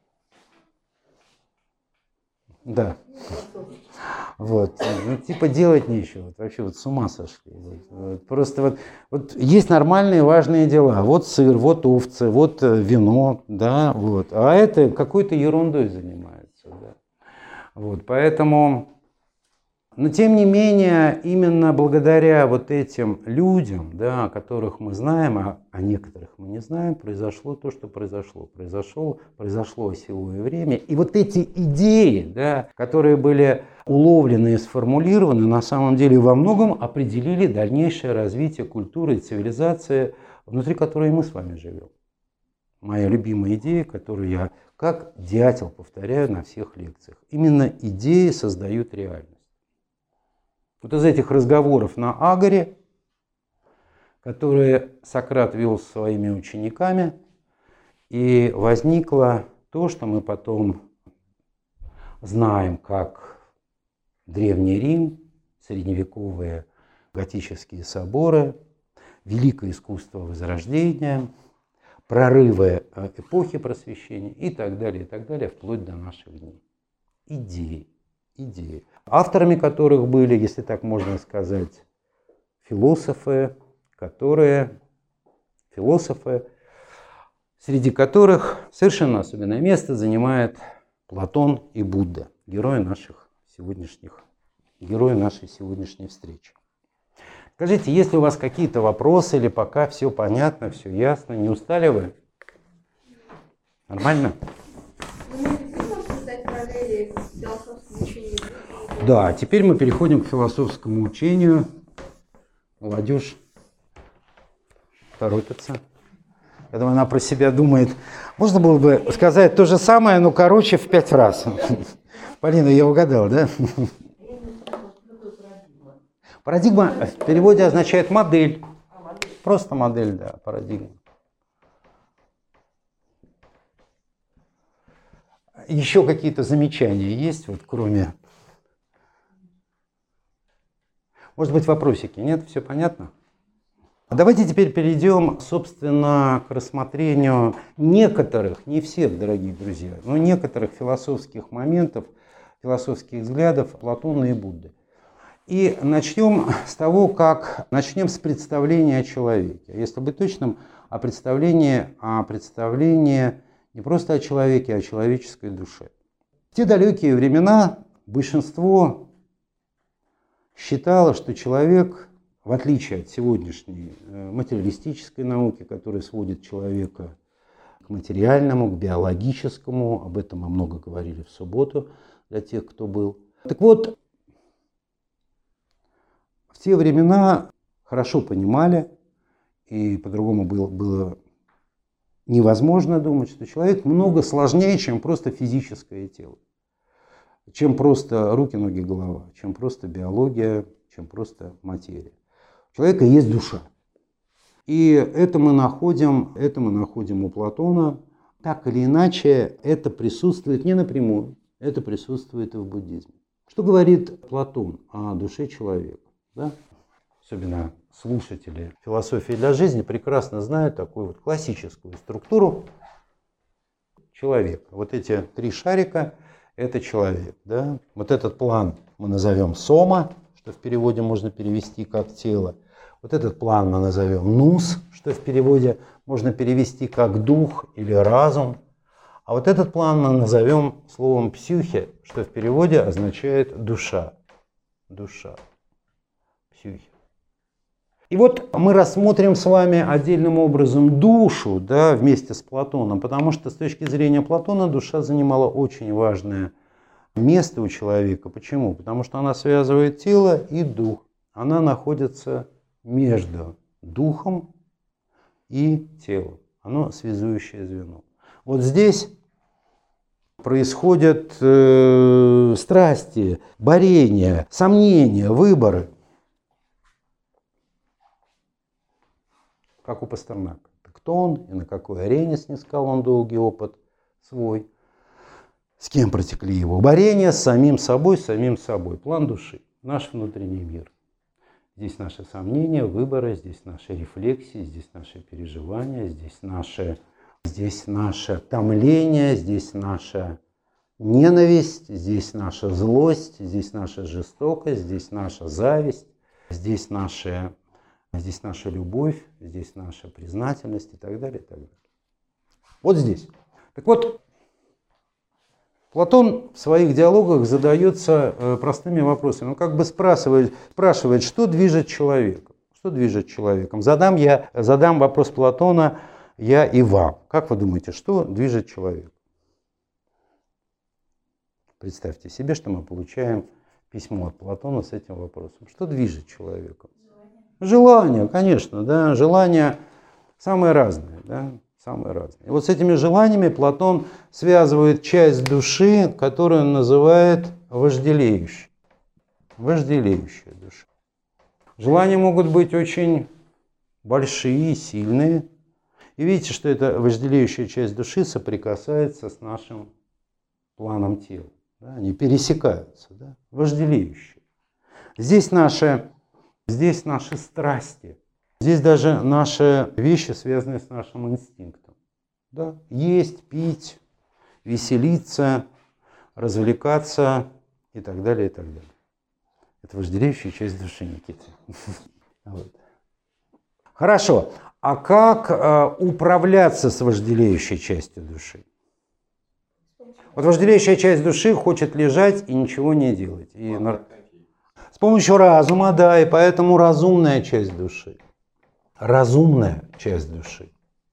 Да. Вот. Ну, типа делать нечего. Вот, вообще вот с ума сошли. Вот, вот, просто вот, вот есть нормальные важные дела. Вот сыр, вот овцы, вот вино, да, вот. А это какой-то ерундой занимается. Да. Вот, поэтому, но тем не менее, именно благодаря вот этим людям, да, о которых мы знаем, а о некоторых мы не знаем, произошло то, что произошло. Произошло, произошло силовое время. И вот эти идеи, да, которые были уловлены и сформулированы, на самом деле во многом определили дальнейшее развитие культуры и цивилизации, внутри которой мы с вами живем. Моя любимая идея, которую я как дятел повторяю на всех лекциях. Именно идеи создают реальность. Вот из этих разговоров на Агоре, которые Сократ вел со своими учениками, и возникло то, что мы потом знаем как Древний Рим, средневековые готические соборы, великое искусство Возрождения, прорывы эпохи Просвещения и так далее, и так далее, вплоть до наших дней. Идеи, идеи, авторами которых были, если так можно сказать, философы, которые, философы, среди которых совершенно особенное место занимает Платон и Будда, герои наших сегодняшних, герои нашей сегодняшней встречи. Скажите, есть ли у вас какие-то вопросы, или пока все понятно, все ясно, не устали вы? Нормально? Да, теперь мы переходим к философскому учению. Молодежь торопится. Я думаю, она про себя думает. Можно было бы сказать то же самое, но короче в пять раз. Полина, я угадал, да? Парадигма в переводе означает модель. Просто модель, да, парадигма. Еще какие-то замечания есть, вот кроме... Может быть, вопросики? Нет? Все понятно? Давайте теперь перейдем, собственно, к рассмотрению некоторых, не всех, дорогие друзья, но некоторых философских моментов, философских взглядов Платона и Будды. И начнем с того, как начнем с представления о человеке. Если быть точным, о представлении, о представлении не просто о человеке, а о человеческой душе. В те далекие времена большинство считало, что человек, в отличие от сегодняшней материалистической науки, которая сводит человека к материальному, к биологическому, об этом мы много говорили в субботу для тех, кто был. Так вот, в те времена хорошо понимали, и по-другому было, было невозможно думать, что человек много сложнее, чем просто физическое тело, чем просто руки, ноги, голова, чем просто биология, чем просто материя. У человека есть душа. И это мы находим, это мы находим у Платона. Так или иначе, это присутствует не напрямую, это присутствует и в буддизме. Что говорит Платон о душе человека? Да? Особенно слушатели философии для жизни прекрасно знают такую вот классическую структуру человека. Вот эти три шарика – это человек. Да? Вот этот план мы назовем сома, что в переводе можно перевести как тело. Вот этот план мы назовем нус, что в переводе можно перевести как дух или разум. А вот этот план мы назовем словом псюхе, что в переводе означает душа. Душа. Псюхе. И вот мы рассмотрим с вами отдельным образом душу, да, вместе с Платоном, потому что с точки зрения Платона душа занимала очень важное место у человека. Почему? Потому что она связывает тело и дух. Она находится между духом и телом. Оно связующее звено. Вот здесь происходят э, страсти, борения, сомнения, выборы. Как у Пастернака. Кто он и на какой арене снискал он долгий опыт свой. С кем протекли его борения, с самим собой, с самим собой. План души, наш внутренний мир. Здесь наши сомнения, выборы, здесь наши рефлексии, здесь наши переживания, здесь наше, здесь наше томление, здесь наша ненависть, здесь наша злость, здесь наша жестокость, здесь наша зависть, здесь наша, здесь наша любовь, здесь наша признательность и так далее, и так далее. Вот здесь. Так вот, Платон в своих диалогах задается простыми вопросами. Он как бы спрашивает, спрашивает, что движет человеком. Что движет человеком? Задам, я, задам вопрос Платона я и вам. Как вы думаете, что движет человеком? Представьте себе, что мы получаем письмо от Платона с этим вопросом. Что движет человеком? Желание, Желание, конечно, да. Желания самые разные, да. Самые разные. И вот с этими желаниями Платон связывает часть души, которую он называет вожделеющей. Вожделеющая душа. Желания могут быть очень большие, сильные. И видите, что эта вожделеющая часть души соприкасается с нашим планом тела. Да? Они пересекаются. Да? Вожделеющие. Здесь наши, здесь наши страсти. Здесь даже наши вещи, связанные с нашим инстинктом. Да? Есть, пить, веселиться, развлекаться и так далее, и так далее. Это вожделеющая часть души, Никита. Вот. Хорошо. А как э, управляться с вожделеющей частью души? Вот вожделеющая часть души хочет лежать и ничего не делать. И... С помощью разума, да, и поэтому разумная часть души. Разумная часть души,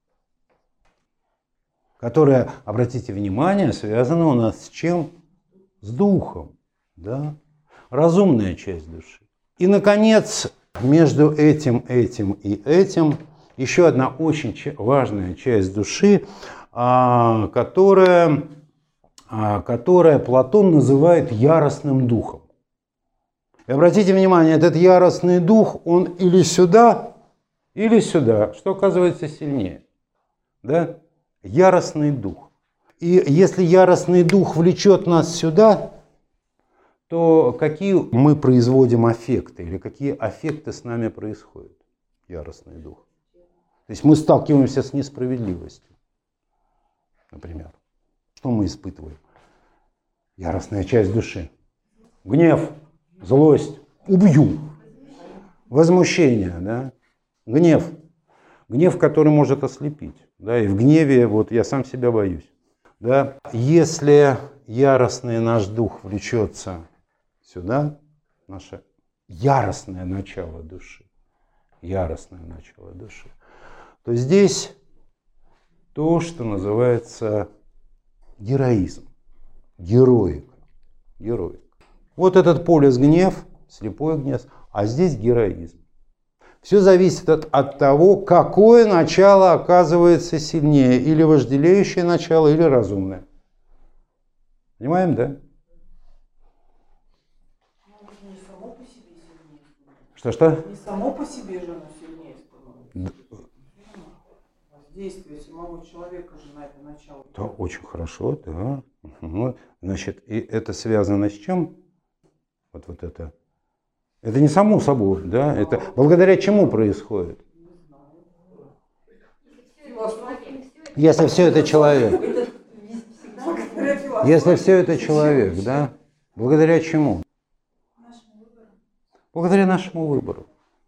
которая, обратите внимание, связана у нас с чем? С духом. Да? Разумная часть души. И, наконец, между этим, этим и этим еще одна очень важная часть души, которая, которая Платон называет яростным духом. И обратите внимание, этот яростный дух, он или сюда, или сюда, что оказывается сильнее. Да? Яростный дух. И если яростный дух влечет нас сюда, то какие мы производим аффекты, или какие аффекты с нами происходят? Яростный дух. То есть мы сталкиваемся с несправедливостью, например. Что мы испытываем? Яростная часть души. Гнев, злость, убью. Возмущение, да? Гнев. Гнев, который может ослепить. Да? И в гневе вот я сам себя боюсь. Да? Если яростный наш дух влечется сюда, наше яростное начало души, яростное начало души, то здесь то, что называется героизм, героика, героика. Вот этот полюс гнев, слепой гнев, а здесь героизм. Все зависит от, от того, какое начало оказывается сильнее, или вожделеющее начало, или разумное. Понимаем, да? Не само по себе сильнее. Что-что? Не само по себе же оно сильнее становится. Воздействие самого человека же на это начало. Да, очень хорошо, да. Угу. Значит, и это связано с чем? Вот, вот это. Это не само собой, да? Это благодаря чему происходит? Если все это человек. Если все это человек, да? Благодаря чему? Благодаря нашему выбору.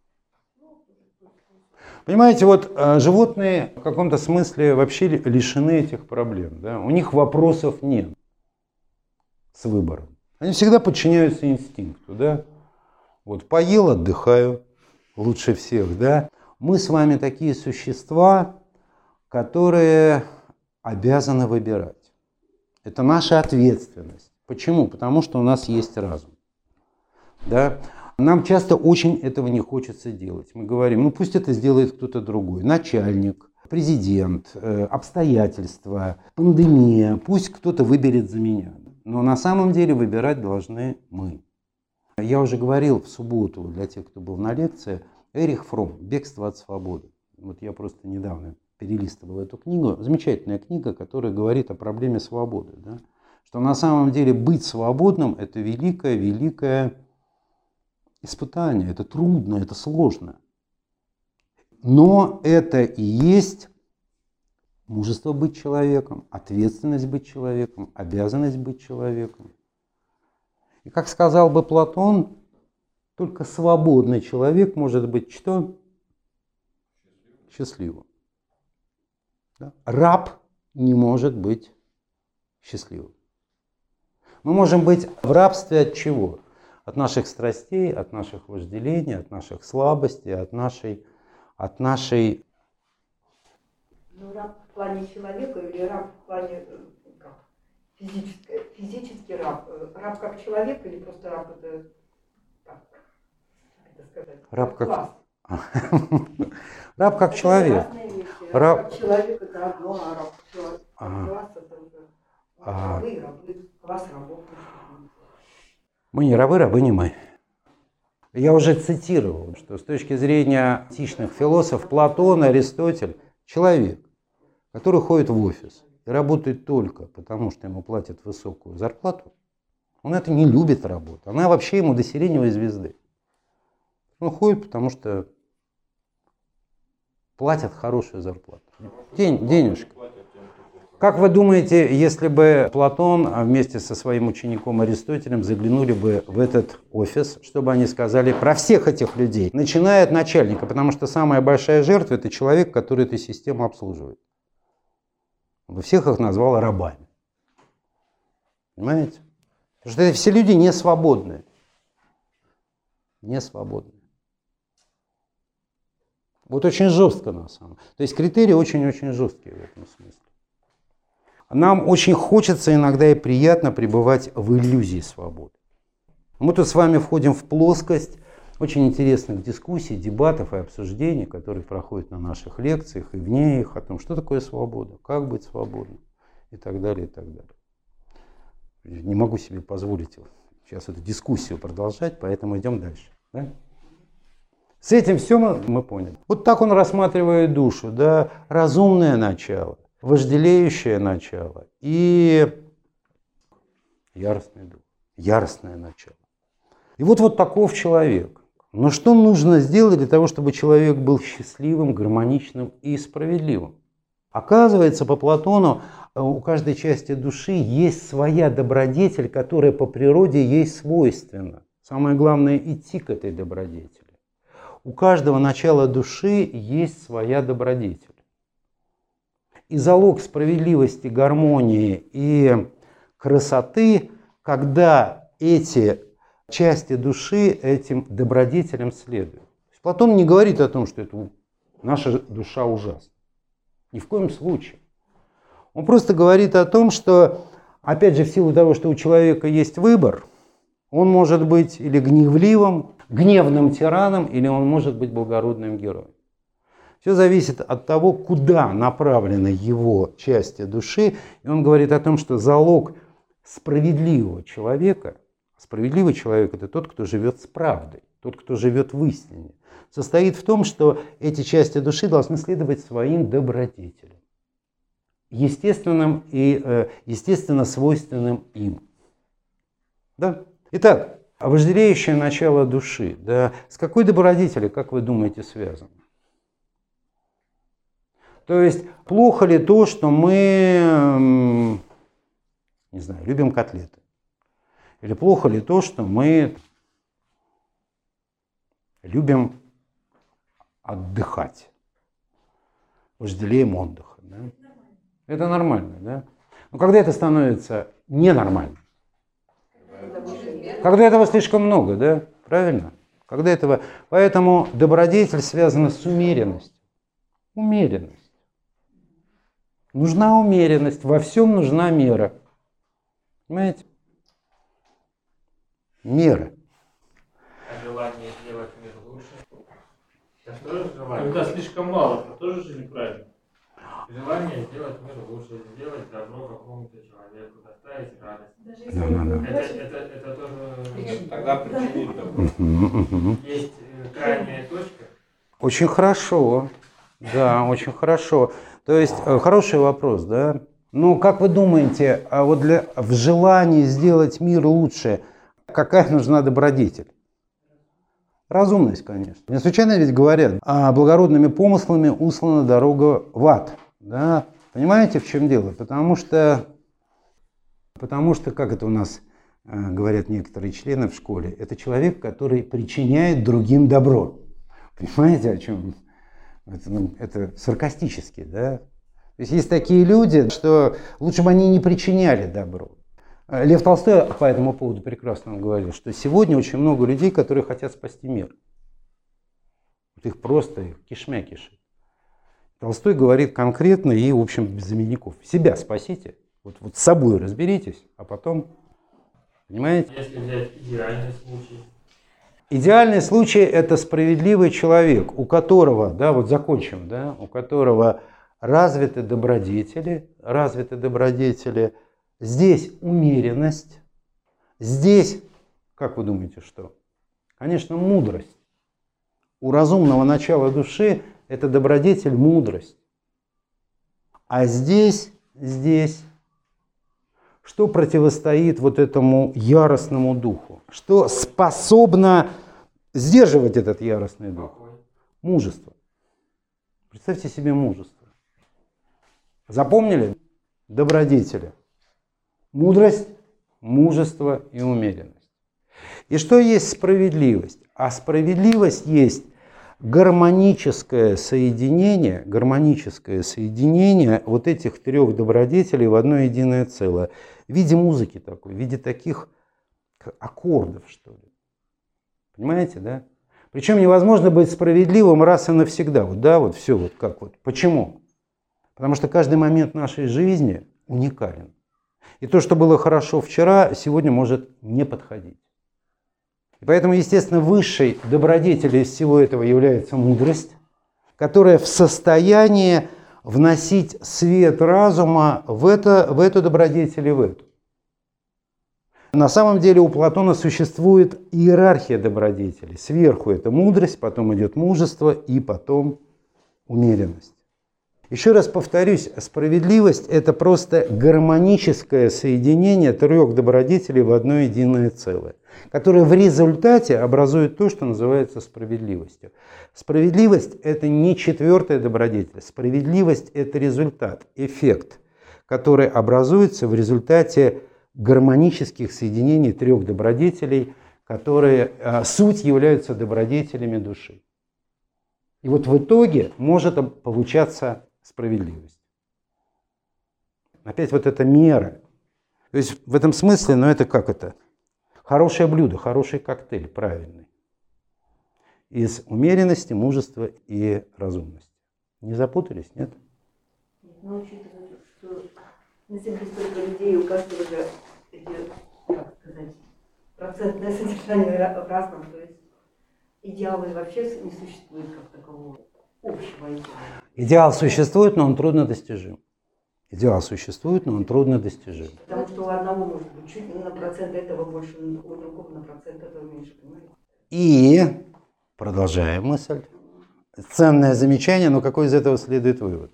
Понимаете, вот животные в каком-то смысле вообще лишены этих проблем. Да? У них вопросов нет с выбором. Они всегда подчиняются инстинкту. Да? Вот поел, отдыхаю. лучше всех, да? Мы с вами такие существа, которые обязаны выбирать. Это наша ответственность. Почему? Потому что у нас есть разум. Да? Нам часто очень этого не хочется делать. Мы говорим, ну пусть это сделает кто-то другой. Начальник, президент, обстоятельства, пандемия. Пусть кто-то выберет за меня. Но на самом деле выбирать должны мы. Я уже говорил в субботу, для тех, кто был на лекции, Эрих Фромм «Бегство от свободы». Вот я просто недавно перелистывал эту книгу. Замечательная книга, которая говорит о проблеме свободы. Да? Что на самом деле быть свободным – это великое-великое испытание. Это трудно, это сложно. Но это и есть мужество быть человеком, ответственность быть человеком, обязанность быть человеком. И как сказал бы Платон, только свободный человек может быть что? Счастливым. Да? Раб не может быть счастливым. Мы можем быть в рабстве от чего? От наших страстей, от наших вожделений, от наших слабостей, от нашей... От нашей... Ну, раб в плане человека или раб в плане как, физический, физический раб? Раб как человек или просто раб это, как это сказать? Раб как... Класс. Раб как человек. Раб как человек это одно, а раб как класс это уже рабы, рабы, класс рабов. Мы не рабы, рабы не мы. Я уже цитировал, что с точки зрения античных философов Платон, Аристотель, человек, который ходит в офис и работает только потому, что ему платят высокую зарплату, он это не любит работу. Она вообще ему до сиреневой звезды. Он ходит, потому что платят хорошую зарплату. День, денежка. Как вы думаете, если бы Платон вместе со своим учеником Аристотелем заглянули бы в этот офис, что бы они сказали про всех этих людей, начиная от начальника, потому что самая большая жертва – это человек, который эту систему обслуживает. Он бы всех их назвал рабами. Понимаете? Потому что это все люди не свободные. Не свободные. Вот очень жестко на самом деле. То есть критерии очень-очень жесткие в этом смысле. Нам очень хочется иногда и приятно пребывать в иллюзии свободы. Мы тут с вами входим в плоскость очень интересных дискуссий, дебатов и обсуждений, которые проходят на наших лекциях и вне их, о том, что такое свобода, как быть свободным и так далее, и так далее. Не могу себе позволить сейчас эту дискуссию продолжать, поэтому идем дальше. Да? С этим все мы, мы поняли. Вот так он рассматривает душу, да, разумное начало, вожделеющее начало и яростный дух, яростное начало. И вот, вот таков человек. Но что нужно сделать для того, чтобы человек был счастливым, гармоничным и справедливым? Оказывается, по Платону у каждой части души есть своя добродетель, которая по природе ей свойственна. Самое главное – идти к этой добродетели. У каждого начала души есть своя добродетель. И залог справедливости, гармонии и красоты, когда эти части души этим добродетелям следуют. Платон не говорит о том, что это наша душа ужасна. Ни в коем случае. Он просто говорит о том, что, опять же, в силу того, что у человека есть выбор, он может быть или гневливым, гневным тираном, или он может быть благородным героем. Все зависит от того, куда направлены его части души. И он говорит о том, что залог справедливого человека, справедливый человек – это тот, кто живет с правдой, тот, кто живет в истине, состоит в том, что эти части души должны следовать своим добродетелям, естественным и естественно свойственным им. Да? Итак, вожделеющее начало души, да, с какой добродетелью, как вы думаете, связано? То есть, плохо ли то, что мы, не знаю, любим котлеты? Или плохо ли то, что мы любим отдыхать? Вожделеем отдыха. Да? Это нормально, да? Но когда это становится ненормально? Когда этого слишком много, да? Правильно? Когда этого... Поэтому добродетель связана с умеренностью. Умеренность. Нужна умеренность, во всем нужна мера. Понимаете? Мера. А желание сделать мир лучше? Это тоже желание? Когда слишком мало, это тоже же неправильно. Желание сделать мир лучше, сделать добро какому-то человеку, доставить радость. Даже Да, да, да. Это, это, это тоже... Нет, тогда причинить добро. Угу, угу. Есть крайняя точка. Очень хорошо. Да, очень хорошо. То есть, э, хороший вопрос, да? Ну, как вы думаете, а вот для, в желании сделать мир лучше, какая нужна добродетель? Разумность, конечно. Не случайно ведь говорят, а благородными помыслами услана дорога в ад. Да? Понимаете, в чем дело? Потому что, потому что, как это у нас э, говорят некоторые члены в школе, это человек, который причиняет другим добро. Понимаете, о чем? Это, ну, это саркастически, да? То есть есть такие люди, что лучше бы они не причиняли добро. Лев Толстой по этому поводу прекрасно говорил, что сегодня очень много людей, которые хотят спасти мир. Вот их просто их кишмя кишит. Толстой говорит конкретно и, в общем, без заменников. Себя спасите, вот, вот с собой разберитесь, а потом, понимаете? Если взять идеальный случай. Идеальный случай – это справедливый человек, у которого, да, вот закончим, да, у которого развиты добродетели, развиты добродетели, здесь умеренность, здесь, как вы думаете, что? Конечно, мудрость. У разумного начала души это добродетель, мудрость. А здесь, здесь, что противостоит вот этому яростному духу? Что способно сдерживать этот яростный дух? Мужество. Представьте себе мужество. Запомнили? Добродетели. Мудрость, мужество и умеренность. И что есть справедливость? А справедливость есть гармоническое соединение, гармоническое соединение вот этих трех добродетелей в одно единое целое. В виде музыки такой, в виде таких аккордов, что ли. Понимаете, да? Причем невозможно быть справедливым раз и навсегда. Вот, да, вот все вот как вот. Почему? Потому что каждый момент нашей жизни уникален. И то, что было хорошо вчера, сегодня может не подходить. И поэтому, естественно, высшей добродетелью из всего этого является мудрость, которая в состоянии вносить свет разума в, это, в эту добродетель и в эту. На самом деле у Платона существует иерархия добродетелей. Сверху это мудрость, потом идет мужество и потом умеренность. Еще раз повторюсь, справедливость – это просто гармоническое соединение трех добродетелей в одно единое целое, которое в результате образует то, что называется справедливостью. Справедливость – это не четвертая добродетель. Справедливость – это результат, эффект, который образуется в результате гармонических соединений трех добродетелей, которые а, суть являются добродетелями души. И вот в итоге может получаться справедливость. Опять вот эта мера. То есть в этом смысле, ну это как это? Хорошее блюдо, хороший коктейль, правильный. Из умеренности, мужества и разумности. Не запутались, нет? Нет, но учитывая, что на Земле столько людей, у каждого же, как сказать, процентное содержание разное, то есть идеала вообще не существует как такового общего идеала. Идеал существует, но он трудно достижим. Идеал существует, но он трудно достижим. Потому что у одного может быть чуть на процент этого больше, у другого на процент этого меньше, понимаете? И, продолжаем мысль, ценное замечание, но какой из этого следует вывод?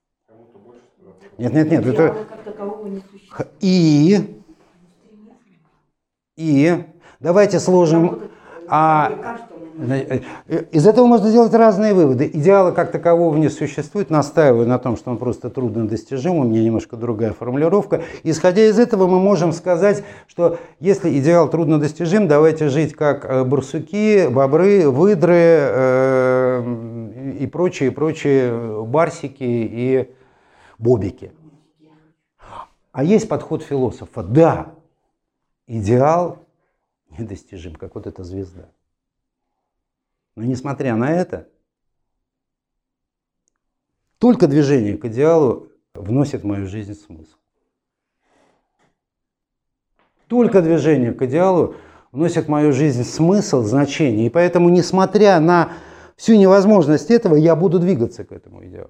Нет, нет, нет. Идеала Это... как такового не существует. И, и, давайте сложим... А, из этого можно сделать разные выводы. Идеала как такового не существует. Настаиваю на том, что он просто трудно достижим. У меня немножко другая формулировка. Исходя из этого мы можем сказать, что если идеал трудно достижим, давайте жить как барсуки, бобры, выдры э, и прочие, прочие барсики и бобики. А есть подход философа. Да, идеал недостижим, как вот эта звезда. Но несмотря на это, только движение к идеалу вносит в мою жизнь смысл. Только движение к идеалу вносит в мою жизнь смысл, значение. И поэтому, несмотря на всю невозможность этого, я буду двигаться к этому идеалу.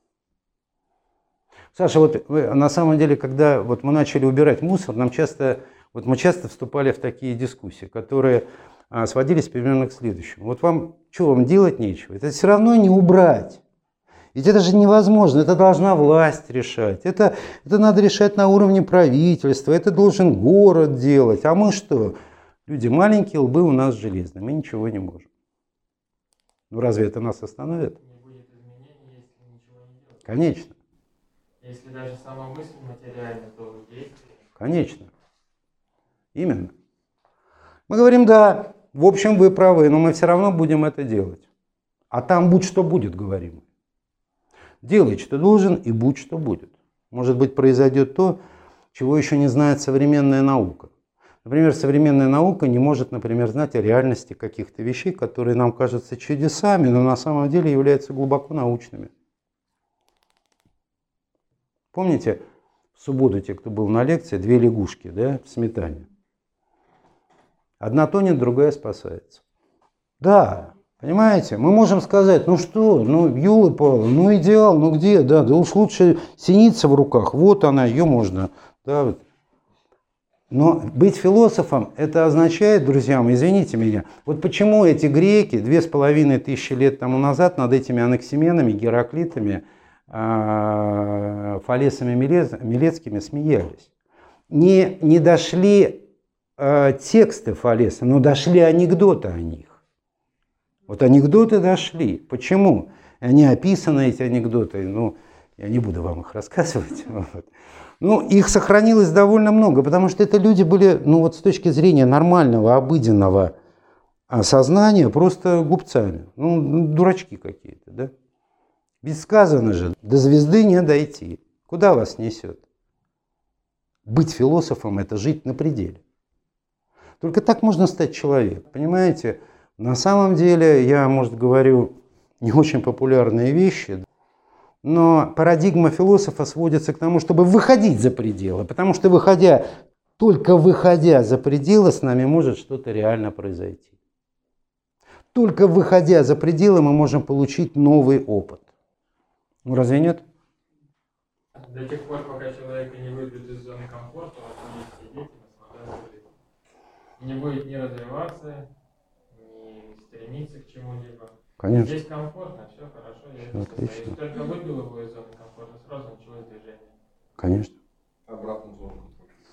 Саша, вот на самом деле, когда вот мы начали убирать мусор, нам часто, вот мы часто вступали в такие дискуссии, которые а, сводились примерно к следующему. Вот вам, что вам делать нечего? Это все равно не убрать. Ведь это же невозможно, это должна власть решать, это, это надо решать на уровне правительства, это должен город делать. А мы что? Люди маленькие, лбы у нас железные, мы ничего не можем. Ну разве это нас остановит? Не будет изменений, если ничего не делать. Конечно. Если даже сама мысль материальна, то действие. Конечно. Именно. Мы говорим, да, в общем вы правы, но мы все равно будем это делать. А там будь что будет, говорим. Делай, что должен, и будь, что будет. Может быть, произойдет то, чего еще не знает современная наука. Например, современная наука не может, например, знать о реальности каких-то вещей, которые нам кажутся чудесами, но на самом деле являются глубоко научными. Помните, в субботу, те, кто был на лекции, две лягушки, да, в сметане. Одна тонет, другая спасается. Да, понимаете, мы можем сказать, ну что, ну ёлы-палы, ну идеал, ну где, да, да уж лучше синица в руках, вот она, ее можно, да, вот. Но быть философом, это означает, друзья мои, извините меня, вот почему эти греки две с половиной тысячи лет тому назад над этими анаксименами, гераклитами, Фалесами Милецкими смеялись. Не, не дошли э, тексты Фалеса, но дошли анекдоты о них. Вот анекдоты дошли. Почему? Они описаны, эти анекдоты, ну, я не буду вам их рассказывать. Вот. Ну, их сохранилось довольно много, потому что это люди были, ну вот с точки зрения нормального, обыденного сознания, просто глупцами. Ну, дурачки какие-то, да? Ведь сказано же, до звезды не дойти. Куда вас несет? Быть философом – это жить на пределе. Только так можно стать человеком. Понимаете, на самом деле, я, может, говорю не очень популярные вещи, но парадигма философа сводится к тому, чтобы выходить за пределы. Потому что, выходя, только выходя за пределы, с нами может что-то реально произойти. Только выходя за пределы, мы можем получить новый опыт. Ну, разве нет? До тех пор, пока человека не выйдет из зоны комфорта, он будет сидеть и наслаждаться жизнью. И не будет ни развиваться, ни стремиться к чему-либо. Конечно. Здесь комфортно, все хорошо. Я Отлично. Если только выбил его из зоны комфорта, сразу началось движение. Конечно. Обратно в зону.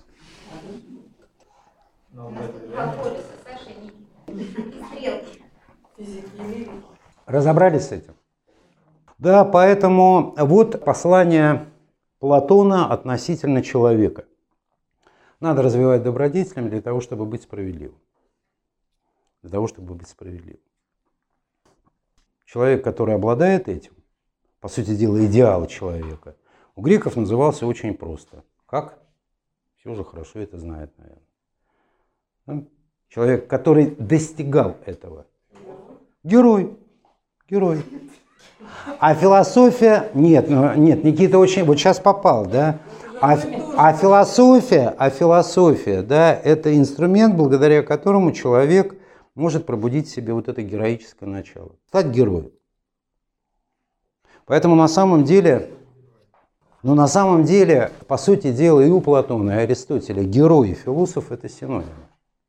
Но в это Два время... полюса, Саша и Никита. И стрелки. Физики и лирики. Разобрались с этим? Да, поэтому вот послание Платона относительно человека. Надо развивать добродетелями для того, чтобы быть справедливым. Для того, чтобы быть справедливым. Человек, который обладает этим, по сути дела, идеал человека, у греков назывался очень просто. Как? Все уже хорошо это знает, наверное. Человек, который достигал этого. Герой. Герой. А философия, нет, ну, нет, Никита очень, вот сейчас попал, да, а, а философия, а философия, да, это инструмент, благодаря которому человек может пробудить в себе вот это героическое начало, стать героем. Поэтому на самом деле, ну на самом деле, по сути дела, и у Платона, и Аристотеля герой и философ – это синонимы.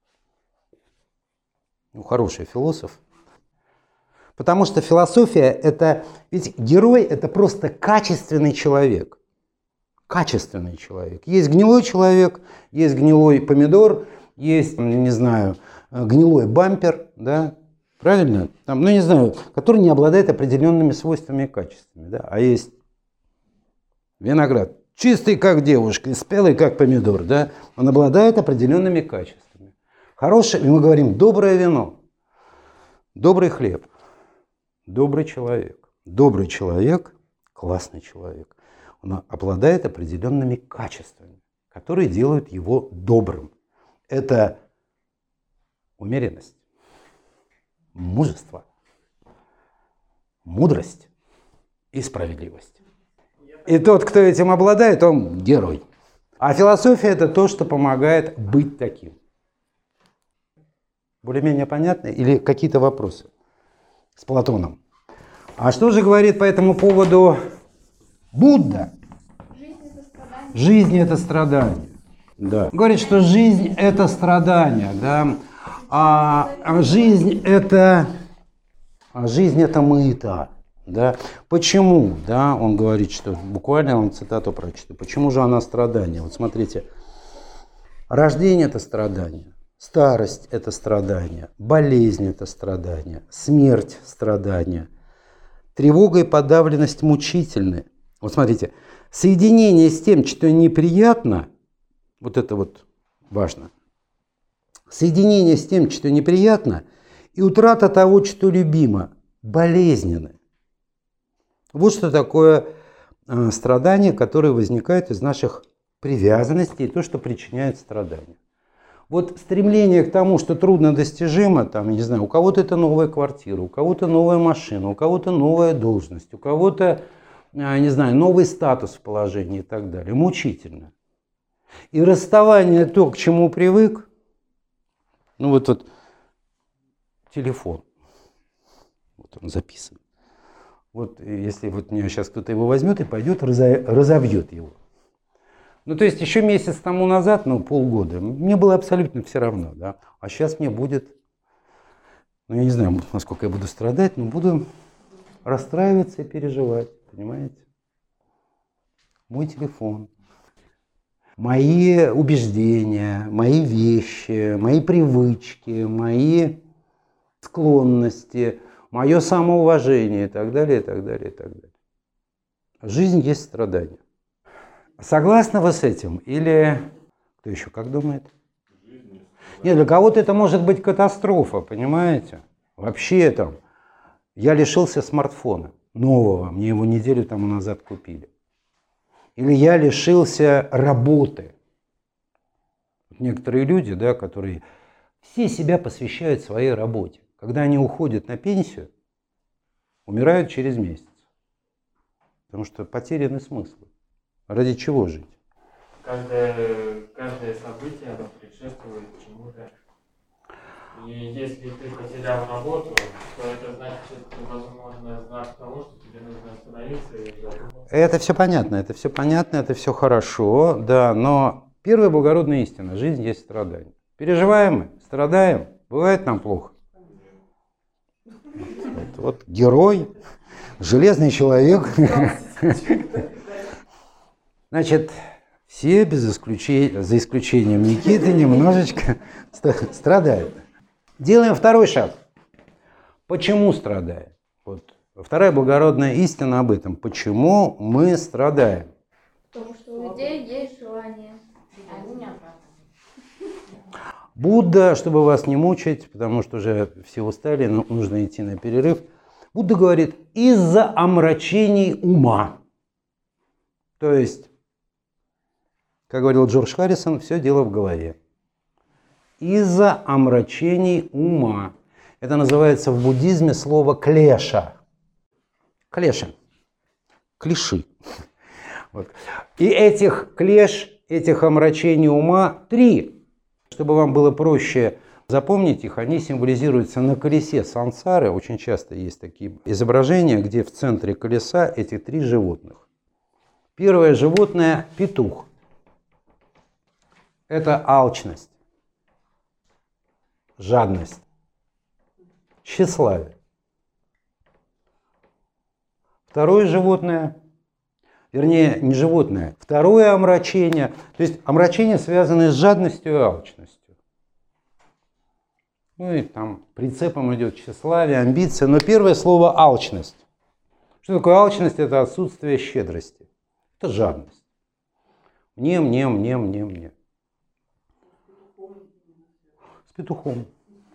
Ну, хороший философ. Потому что философия – это… Ведь герой – это просто качественный человек. Качественный человек. Есть гнилой человек, есть гнилой помидор, есть, не знаю, гнилой бампер, да, правильно? Там, ну, не знаю, который не обладает определенными свойствами и качествами, да. А есть виноград, чистый как девушка, спелый как помидор, да. Он обладает определенными качествами. Хорошее, мы говорим, доброе вино, добрый хлеб. Добрый человек. Добрый человек, классный человек, он обладает определенными качествами, которые делают его добрым. Это умеренность, мужество, мудрость и справедливость. И тот, кто этим обладает, он герой. А философия – это то, что помогает быть таким. Более-менее понятно? Или какие-то вопросы с Платоном? А что же говорит по этому поводу Будда? Жизнь — это страдание. Жизнь – это страдание. Да. Говорит, что жизнь – это страдание, да? а, а жизнь – это, а жизнь – это мыта. Да? Почему? Да? Он говорит, что буквально я вам цитату прочитаю. Почему же она страдание? Вот смотрите. Рождение – это страдание. Старость – это страдание. Болезнь – это страдание. Смерть – страдание. Тревога и подавленность мучительны. Вот смотрите. Соединение с тем, что неприятно, вот это вот важно. Соединение с тем, что неприятно, и утрата того, что любимо, болезненны. Вот что такое э, страдание, которое возникает из наших привязанностей, и то, что причиняет страдания. Вот стремление к тому, что трудно достижимо, там, не знаю, у кого-то это новая квартира, у кого-то новая машина, у кого-то новая должность, у кого-то, э, не знаю, новый статус в положении и так далее, мучительно. И расставание то, к чему привык, ну вот, вот телефон, вот он записан. Вот если вот мне сейчас кто-то его возьмет и пойдет, разобьет его. Ну, то есть еще месяц тому назад, ну, полгода, мне было абсолютно все равно, да. А сейчас мне будет, ну, я не знаю, насколько я буду страдать, но буду расстраиваться и переживать, понимаете? Мой телефон, мои убеждения, мои вещи, мои привычки, мои склонности, мое самоуважение и так далее, и так далее, и так далее. Жизнь есть страдание. Согласны вы с этим? Или кто еще как думает? Нет, для кого-то это может быть катастрофа, понимаете? Вообще там, я лишился смартфона нового, мне его неделю тому назад купили. Или я лишился работы. Некоторые люди, да, которые все себя посвящают своей работе. Когда они уходят на пенсию, умирают через месяц. Потому что потеряны смыслы. Ради чего жить? Каждое, каждое событие, оно предшествует чему-то. И если ты потерял работу, то это значит, что, возможно, знак того, что тебе нужно остановиться и задуматься. Это все понятно, это все понятно, это все хорошо, да, но первая благородная истина – жизнь есть страдание. Переживаем мы, страдаем, бывает нам плохо. Вот, вот герой, железный человек. Значит, все без исключения, за исключением Никиты, немножечко страдают. Делаем второй шаг. Почему страдаем? Вот. Вторая благородная истина об этом. Почему мы страдаем? Потому что у людей есть желание. Они не Будда, чтобы вас не мучить, потому что уже все устали, нужно идти на перерыв. Будда говорит, из-за омрачений ума. То есть, как говорил Джордж Харрисон, все дело в голове. Из-за омрачений ума. Это называется в буддизме слово клеша. Клеша. Клиши. Вот. И этих клеш, этих омрачений ума три. Чтобы вам было проще запомнить их, они символизируются на колесе сансары. Очень часто есть такие изображения, где в центре колеса эти три животных. Первое животное – петух. Это алчность, жадность, тщеславие. Второе животное, вернее, не животное, второе омрачение, то есть омрачение, связанное с жадностью и алчностью. Ну и там прицепом идет тщеславие, амбиция, но первое слово алчность. Что такое алчность? Это отсутствие щедрости. Это жадность. Мне, мне, мне, мне, мне. С петухом.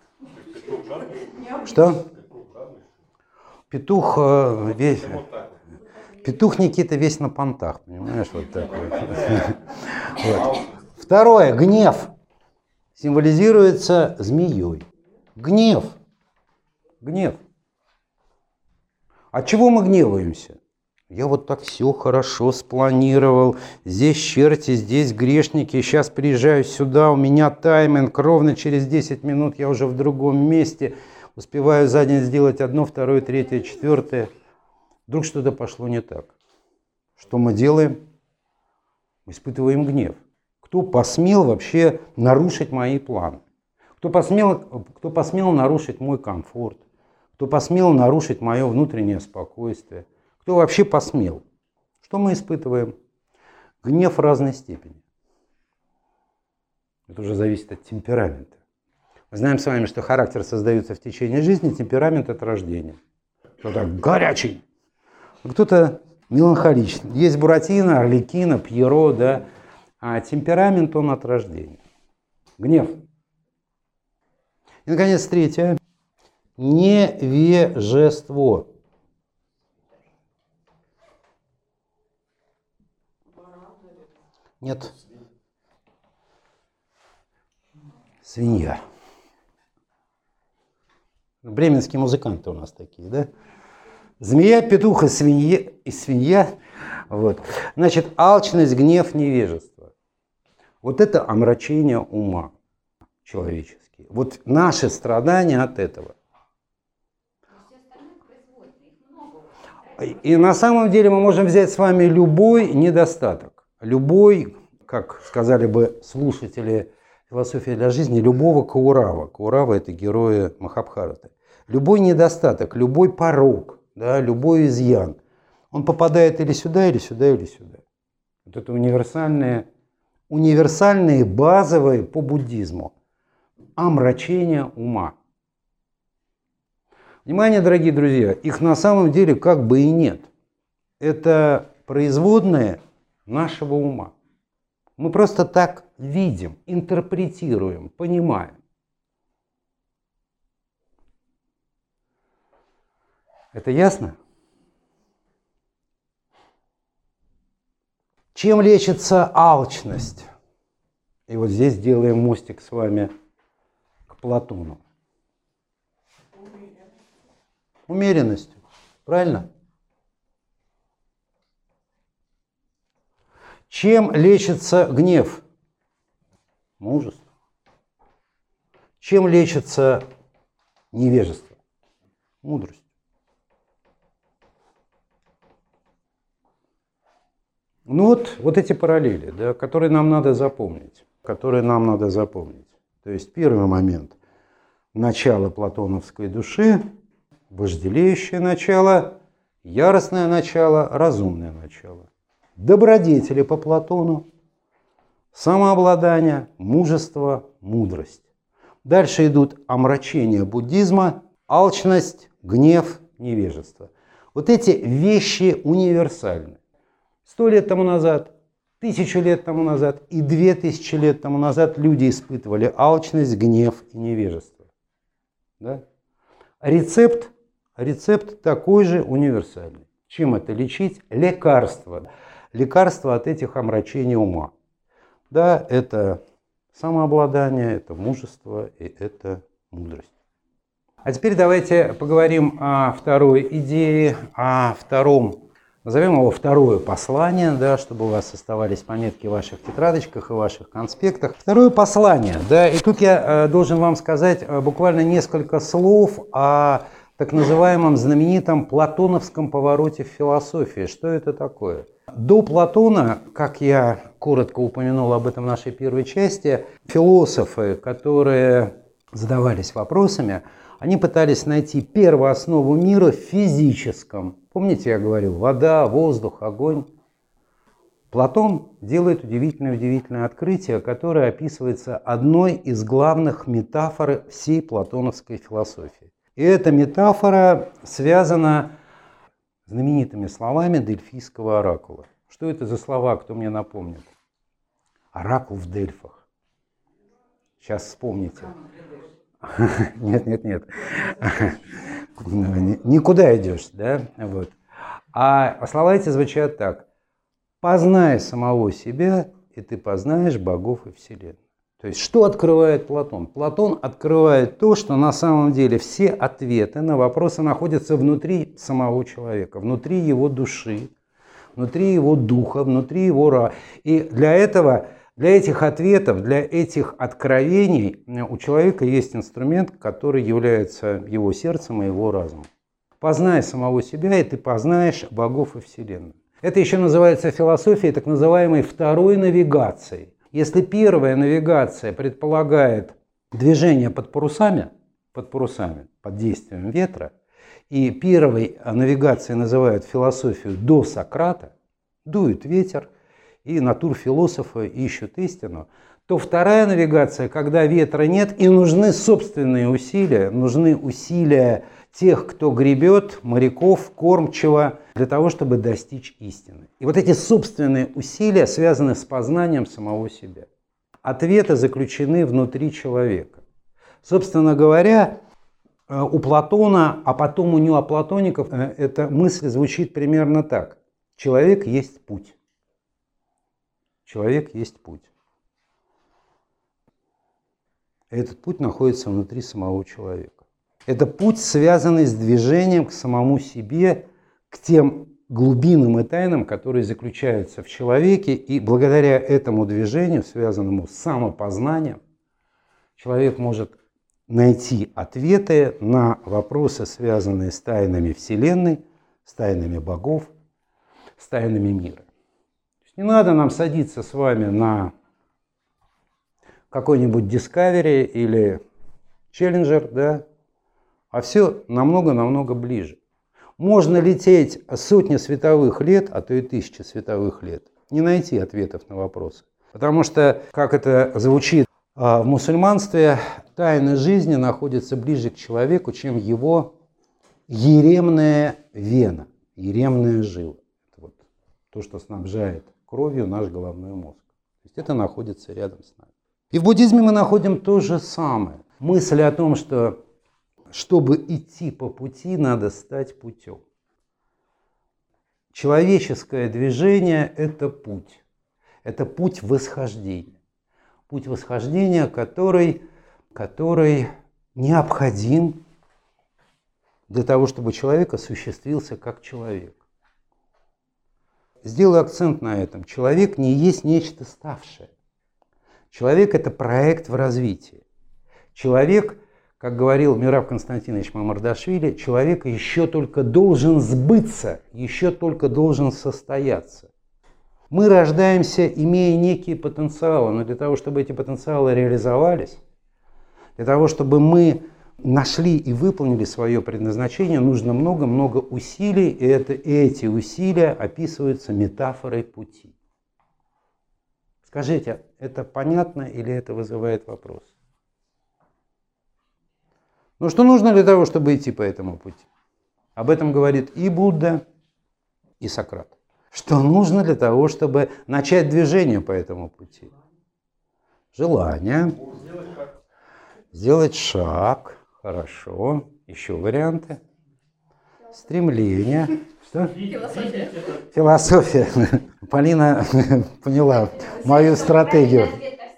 Что? Петух э, весь... Петух Никита весь на понтах, понимаешь, вот такой. Вот. Второе, гнев. Символизируется змеей. Гнев. Гнев. От чего мы гневаемся? Я вот так все хорошо спланировал. Здесь черти, здесь грешники. Сейчас приезжаю сюда, у меня тайминг. Ровно через десять минут я уже в другом месте. Успеваю за день сделать одно, второе, третье, четвертое. Вдруг что-то пошло не так. Что мы делаем? Мы испытываем гнев. Кто посмел вообще нарушить мои планы? Кто посмел, кто посмел нарушить мой комфорт? Кто посмел нарушить мое внутреннее спокойствие? Кто вообще посмел? Что мы испытываем? Гнев разной степени. Это уже зависит от темперамента. Мы знаем с вами, что характер создается в течение жизни, темперамент от рождения. Кто-то горячий, а кто-то меланхоличный. Есть Буратино, Арлекино, Пьеро, да, а темперамент он от рождения. Гнев. И, наконец, третье. Невежество. Нет. Свинья. Бременские музыканты у нас такие, да? Змея, петух и свинья. И свинья. Вот. Значит, алчность, гнев, невежество. Вот это омрачение ума человеческие. Вот наши страдания от этого. И на самом деле мы можем взять с вами любой недостаток. Любой, как сказали бы слушатели философии для жизни, любого Каурава. Каурава – это герои Махабхараты. Любой недостаток, любой порок, да, любой изъян, он попадает или сюда, или сюда, или сюда. Вот это универсальные, универсальные базовые по буддизму омрачение ума. Внимание, дорогие друзья, их на самом деле как бы и нет. Это производные нашего ума. Мы просто так видим, интерпретируем, понимаем. Это ясно? Чем лечится алчность? И вот здесь делаем мостик с вами к Платону. Умеренностью. Правильно? Чем лечится гнев? Мужество. Чем лечится невежество? Мудрость. Ну вот, вот эти параллели, да, которые нам надо запомнить. Которые нам надо запомнить. То есть первый момент. Начало платоновской души, вожделеющее начало, яростное начало, разумное начало. Добродетели по Платону, самообладание, мужество, мудрость. Дальше идут омрачения буддизма, алчность, гнев, невежество. Вот эти вещи универсальны. Сто лет тому назад, тысячу лет тому назад и две тысячи лет тому назад люди испытывали алчность, гнев и невежество. Да? Рецепт, рецепт такой же универсальный. Чем это лечить? Лекарство. Лекарство от этих омрачений ума. Да, это самообладание, это мужество и это мудрость. А теперь давайте поговорим о второй идее, о втором, назовем его второе послание, да, чтобы у вас оставались пометки в ваших тетрадочках и ваших конспектах. Второе послание, да, и тут я э, должен вам сказать э, буквально несколько слов о так называемом знаменитом платоновском повороте в философии. Что это такое? До Платона, как я коротко упомянул об этом в нашей первой части, философы, которые задавались вопросами, они пытались найти первооснову мира в физическом. Помните, я говорил, вода, воздух, огонь. Платон делает удивительное-удивительное открытие, которое описывается одной из главных метафор всей платоновской философии. И эта метафора связана с знаменитыми словами Дельфийского оракула. Что это за слова, кто мне напомнит? Оракул в Дельфах. Сейчас вспомните. Нет, нет, нет. Никуда идешь, да? Вот. А слова эти звучат так. Познай самого себя, и ты познаешь богов и вселенную. То То есть что открывает Платон? Платон открывает то, что на самом деле все ответы на вопросы находятся внутри самого человека, внутри его души, внутри его духа, внутри его ра. И для этого, для этих ответов, для этих откровений у человека есть инструмент, который является его сердцем и его разумом. Познай самого себя, и ты познаешь богов и вселенную. Это еще называется философией так называемой второй навигацией. Если первая навигация предполагает движение под парусами, под парусами, под действием ветра, и первой навигацией называют философию до Сократа, дует ветер, и натурфилософы ищут истину, то вторая навигация, когда ветра нет, и нужны собственные усилия, нужны усилия тех, кто гребет, моряков, кормчего, для того, чтобы достичь истины. И вот эти собственные усилия связаны с познанием самого себя. Ответы заключены внутри человека. Собственно говоря, у Платона, а потом у неоплатоников, эта мысль звучит примерно так. Человек есть путь. Человек есть путь. Этот путь находится внутри самого человека. Это путь, связанный с движением к самому себе, к тем глубинам и тайнам, которые заключаются в человеке. И благодаря этому движению, связанному с самопознанием, человек может найти ответы на вопросы, связанные с тайнами Вселенной, с тайнами богов, с тайнами мира. Не надо нам садиться с вами на какой-нибудь Discovery или Challenger, да, а все намного-намного ближе. Можно лететь сотни световых лет, а то и тысячи световых лет, не найти ответов на вопросы. Потому что, как это звучит в мусульманстве, тайна жизни находится ближе к человеку, чем его еремная вена, еремная жила. Это вот то, что снабжает кровью наш головной мозг. То есть это находится рядом с нами. И в буддизме мы находим то же самое. Мысль о том, что чтобы идти по пути, надо стать путем. Человеческое движение – это путь. Это путь восхождения. Путь восхождения, который, который необходим для того, чтобы человек осуществился как человек. Сделаю акцент на этом. Человек не есть нечто ставшее. Человек – это проект в развитии. Человек, как говорил Мераб Константинович Мамардашвили, человек еще только должен сбыться, еще только должен состояться. Мы рождаемся, имея некие потенциалы, но для того, чтобы эти потенциалы реализовались, для того, чтобы мы нашли и выполнили свое предназначение, нужно много-много усилий, и это, эти усилия описываются метафорой пути. Скажите, это понятно или это вызывает вопрос? Ну что нужно для того, чтобы идти по этому пути? Об этом говорит и Будда, и Сократ. Что нужно для того, чтобы начать движение по этому пути? Желание. Сделать шаг. Хорошо. Еще варианты. Стремление. Что? Философия. Философия. Полина поняла мою стратегию.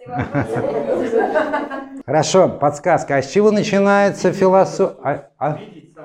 Хорошо, подсказка. А с чего начинается философия? А, а?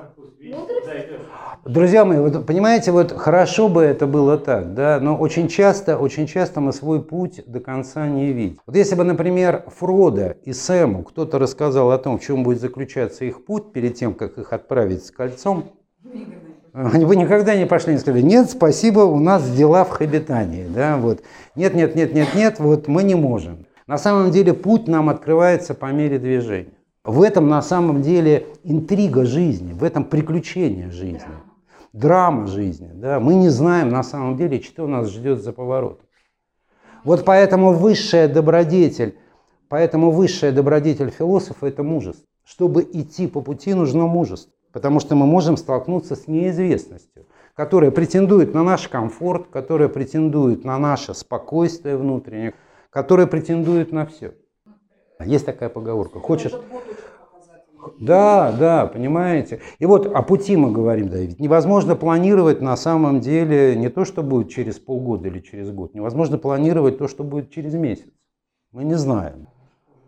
Друзья мои, вот, понимаете, вот хорошо бы это было так, да, но очень часто, очень часто мы свой путь до конца не видим. Вот если бы, например, Фродо и Сэму кто-то рассказал о том, в чем будет заключаться их путь перед тем, как их отправить с кольцом, они бы никогда не пошли и сказали: нет, спасибо, у нас дела в Хоббитании, да, вот. Нет, нет, нет, нет, нет, вот мы не можем. На самом деле путь нам открывается по мере движения. В этом на самом деле интрига жизни, в этом приключение жизни, драма жизни. Да? Мы не знаем на самом деле, что нас ждет за поворотом. Вот поэтому высшая добродетель, поэтому высшая добродетель философа – это мужество. Чтобы идти по пути, нужно мужество, потому что мы можем столкнуться с неизвестностью, которая претендует на наш комфорт, которая претендует на наше спокойствие внутреннее, которая претендует на все. Есть такая поговорка. Хочешь... Да, да, понимаете. И вот о пути мы говорим, да, ведь невозможно планировать на самом деле не то, что будет через полгода или через год. Невозможно планировать то, что будет через месяц. Мы не знаем.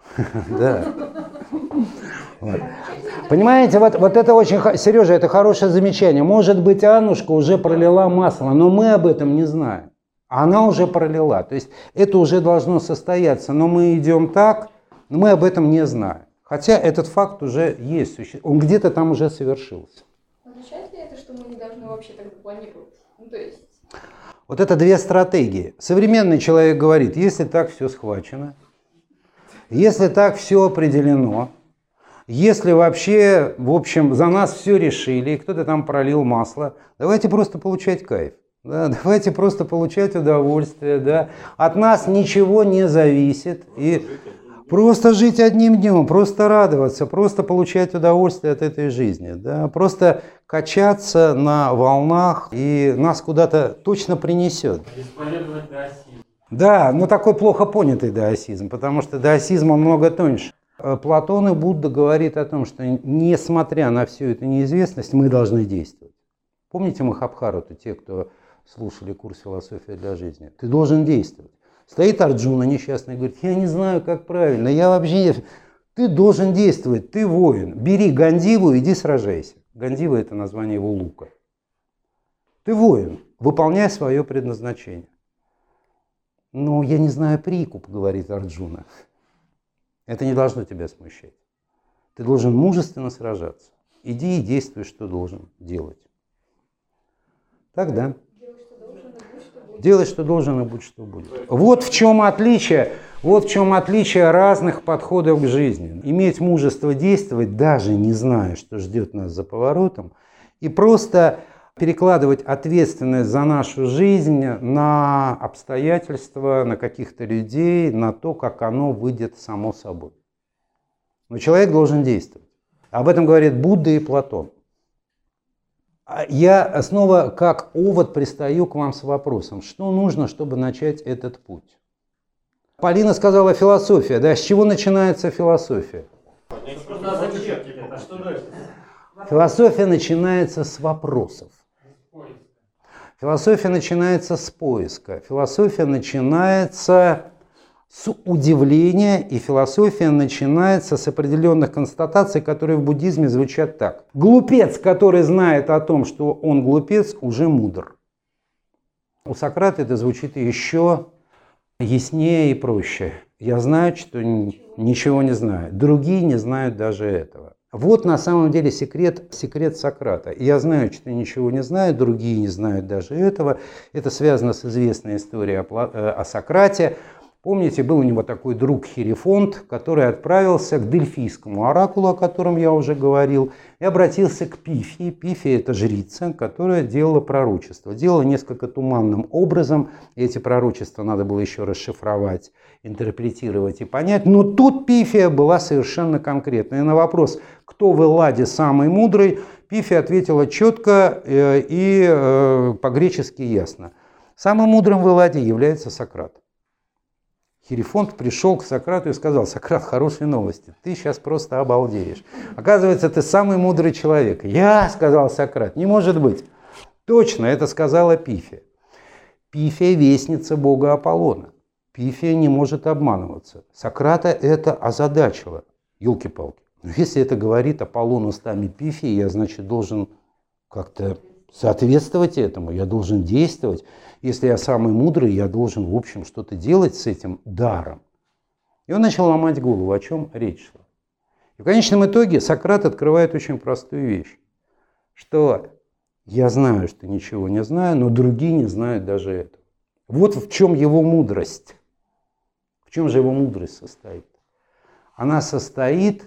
Да. Вот. Понимаете, вот, вот это очень, Сережа, это хорошее замечание. Может быть, Аннушка уже пролила масло, но мы об этом не знаем. Она уже пролила. То есть это уже должно состояться, но мы идем так, мы об этом не знаем. Хотя этот факт уже есть, он где-то там уже совершился. Означает ли это, что мы не должны вообще тогда планировать? Ну, то есть... Вот это две стратегии. Современный человек говорит, если так все схвачено, если так все определено, если вообще, в общем, за нас все решили, и кто-то там пролил масло, давайте просто получать кайф. Да, давайте просто получать удовольствие. Да. От нас ничего не зависит. И просто жить одним днем, просто радоваться, просто получать удовольствие от этой жизни. Да. Просто качаться на волнах, и нас куда-то точно принесет. Исповедовать даосизм. Да, но такой плохо понятый даосизм, потому что даосизм он много тоньше. Платон и Будда говорит о том, что несмотря на всю эту неизвестность, мы должны действовать. Помните Махабхарату, те, кто слушали курс «Философия для жизни»? Ты должен действовать. Стоит Арджуна несчастный и говорит, я не знаю, как правильно, я вообще... Ты должен действовать, ты воин. Бери Гандиву, иди сражайся. Гандива – это название его лука. Ты воин, выполняй свое предназначение. Но я не знаю прикуп, говорит Арджуна. Это не должно тебя смущать. Ты должен мужественно сражаться. Иди и действуй, что должен делать. Так, да? Делай, что должен, и будь, что будет. Вот в чем отличие, вот в чем отличие разных подходов к жизни. Иметь мужество действовать, даже не зная, что ждет нас за поворотом, и просто перекладывать ответственность за нашу жизнь на обстоятельства, на каких-то людей, на то, как оно выйдет само собой. Но человек должен действовать. Об этом говорит Будда и Платон. Я снова как овод пристаю к вам с вопросом, что нужно, чтобы начать этот путь. Полина сказала философия, да? С чего начинается философия? Философия начинается с вопросов. Философия начинается с поиска. Философия начинается с удивления, и философия начинается с определенных констатаций, которые в буддизме звучат так. Глупец, который знает о том, что он глупец, уже мудр. У Сократа это звучит еще яснее и проще. Я знаю, что ничего не знаю. Другие не знают даже этого. Вот на самом деле секрет, секрет Сократа. Я знаю, что ничего не знаю, другие не знают даже этого. Это связано с известной историей о, о Сократе. Помните, был у него такой друг Херофонт, который отправился к Дельфийскому оракулу, о котором я уже говорил, и обратился к Пифии. Пифия – это жрица, которая делала пророчество. Делала несколько туманным образом. Эти пророчества надо было еще расшифровать, интерпретировать и понять. Но тут Пифия была совершенно конкретна. И на вопрос, кто в Элладе самый мудрый, Пифия ответила четко и по-гречески ясно. Самым мудрым в Элладе является Сократ. Херофонт пришел к Сократу и сказал: Сократ, хорошие новости, ты сейчас просто обалдеешь. Оказывается, ты самый мудрый человек. Я, сказал Сократ, не может быть. Точно, это сказала Пифия. Пифия – вестница бога Аполлона. Пифия не может обманываться. Сократа это озадачило. Ёлки-палки. Но если это говорит Аполлон устами Пифии, я, значит, должен как-то соответствовать этому, я должен действовать. Если я самый мудрый, я должен, в общем, что-то делать с этим даром. И он начал ломать голову, о чем речь шла. И в конечном итоге Сократ открывает очень простую вещь, что я знаю, что ничего не знаю, но другие не знают даже этого. Вот в чем его мудрость. В чем же его мудрость состоит? Она состоит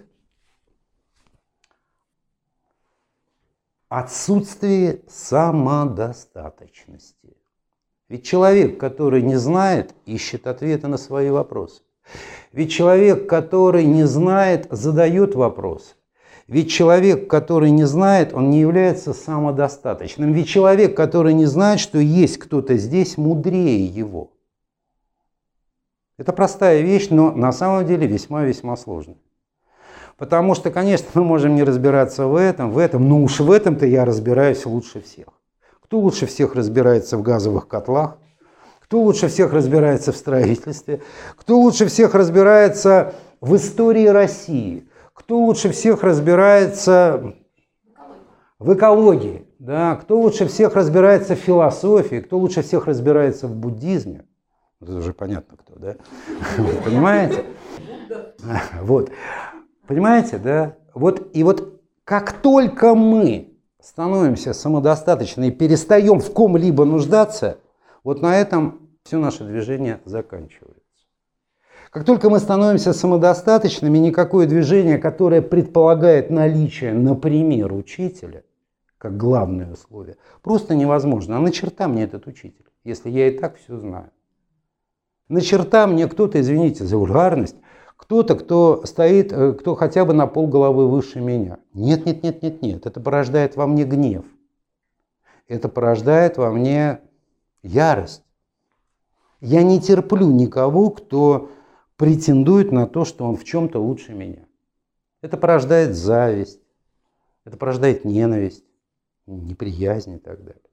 в отсутствии самодостаточности. Ведь человек, который не знает, ищет ответы на свои вопросы. Ведь человек, который не знает, задает вопросы. Ведь человек, который не знает, он не является самодостаточным. Ведь человек, который не знает, что есть кто-то здесь мудрее его. Это простая вещь, но на самом деле весьма-весьма сложная. Потому что, конечно, мы можем не разбираться в этом, в этом, но уж в этом-то я разбираюсь лучше всех. Кто лучше всех разбирается в газовых котлах? Кто лучше всех разбирается в строительстве? Кто лучше всех разбирается в истории России? Кто лучше всех разбирается в экологии? Да? Кто лучше всех разбирается в философии? Кто лучше всех разбирается в буддизме? Это уже понятно кто, да? Понимаете? Вот. Понимаете, да? Вот, и вот как только мы становимся самодостаточны и перестаем в ком-либо нуждаться, вот на этом все наше движение заканчивается. Как только мы становимся самодостаточными, никакое движение, которое предполагает наличие, например, учителя, как главное условие, просто невозможно. А на черта мне этот учитель, если я и так все знаю? На черта мне кто-то, извините за вульгарность, кто-то, кто стоит, кто хотя бы на полголовы выше меня. Нет, нет, нет, нет, нет. Это порождает во мне гнев. Это порождает во мне ярость. Я не терплю никого, кто претендует на то, что он в чем-то лучше меня. Это порождает зависть. Это порождает ненависть, неприязнь и так далее.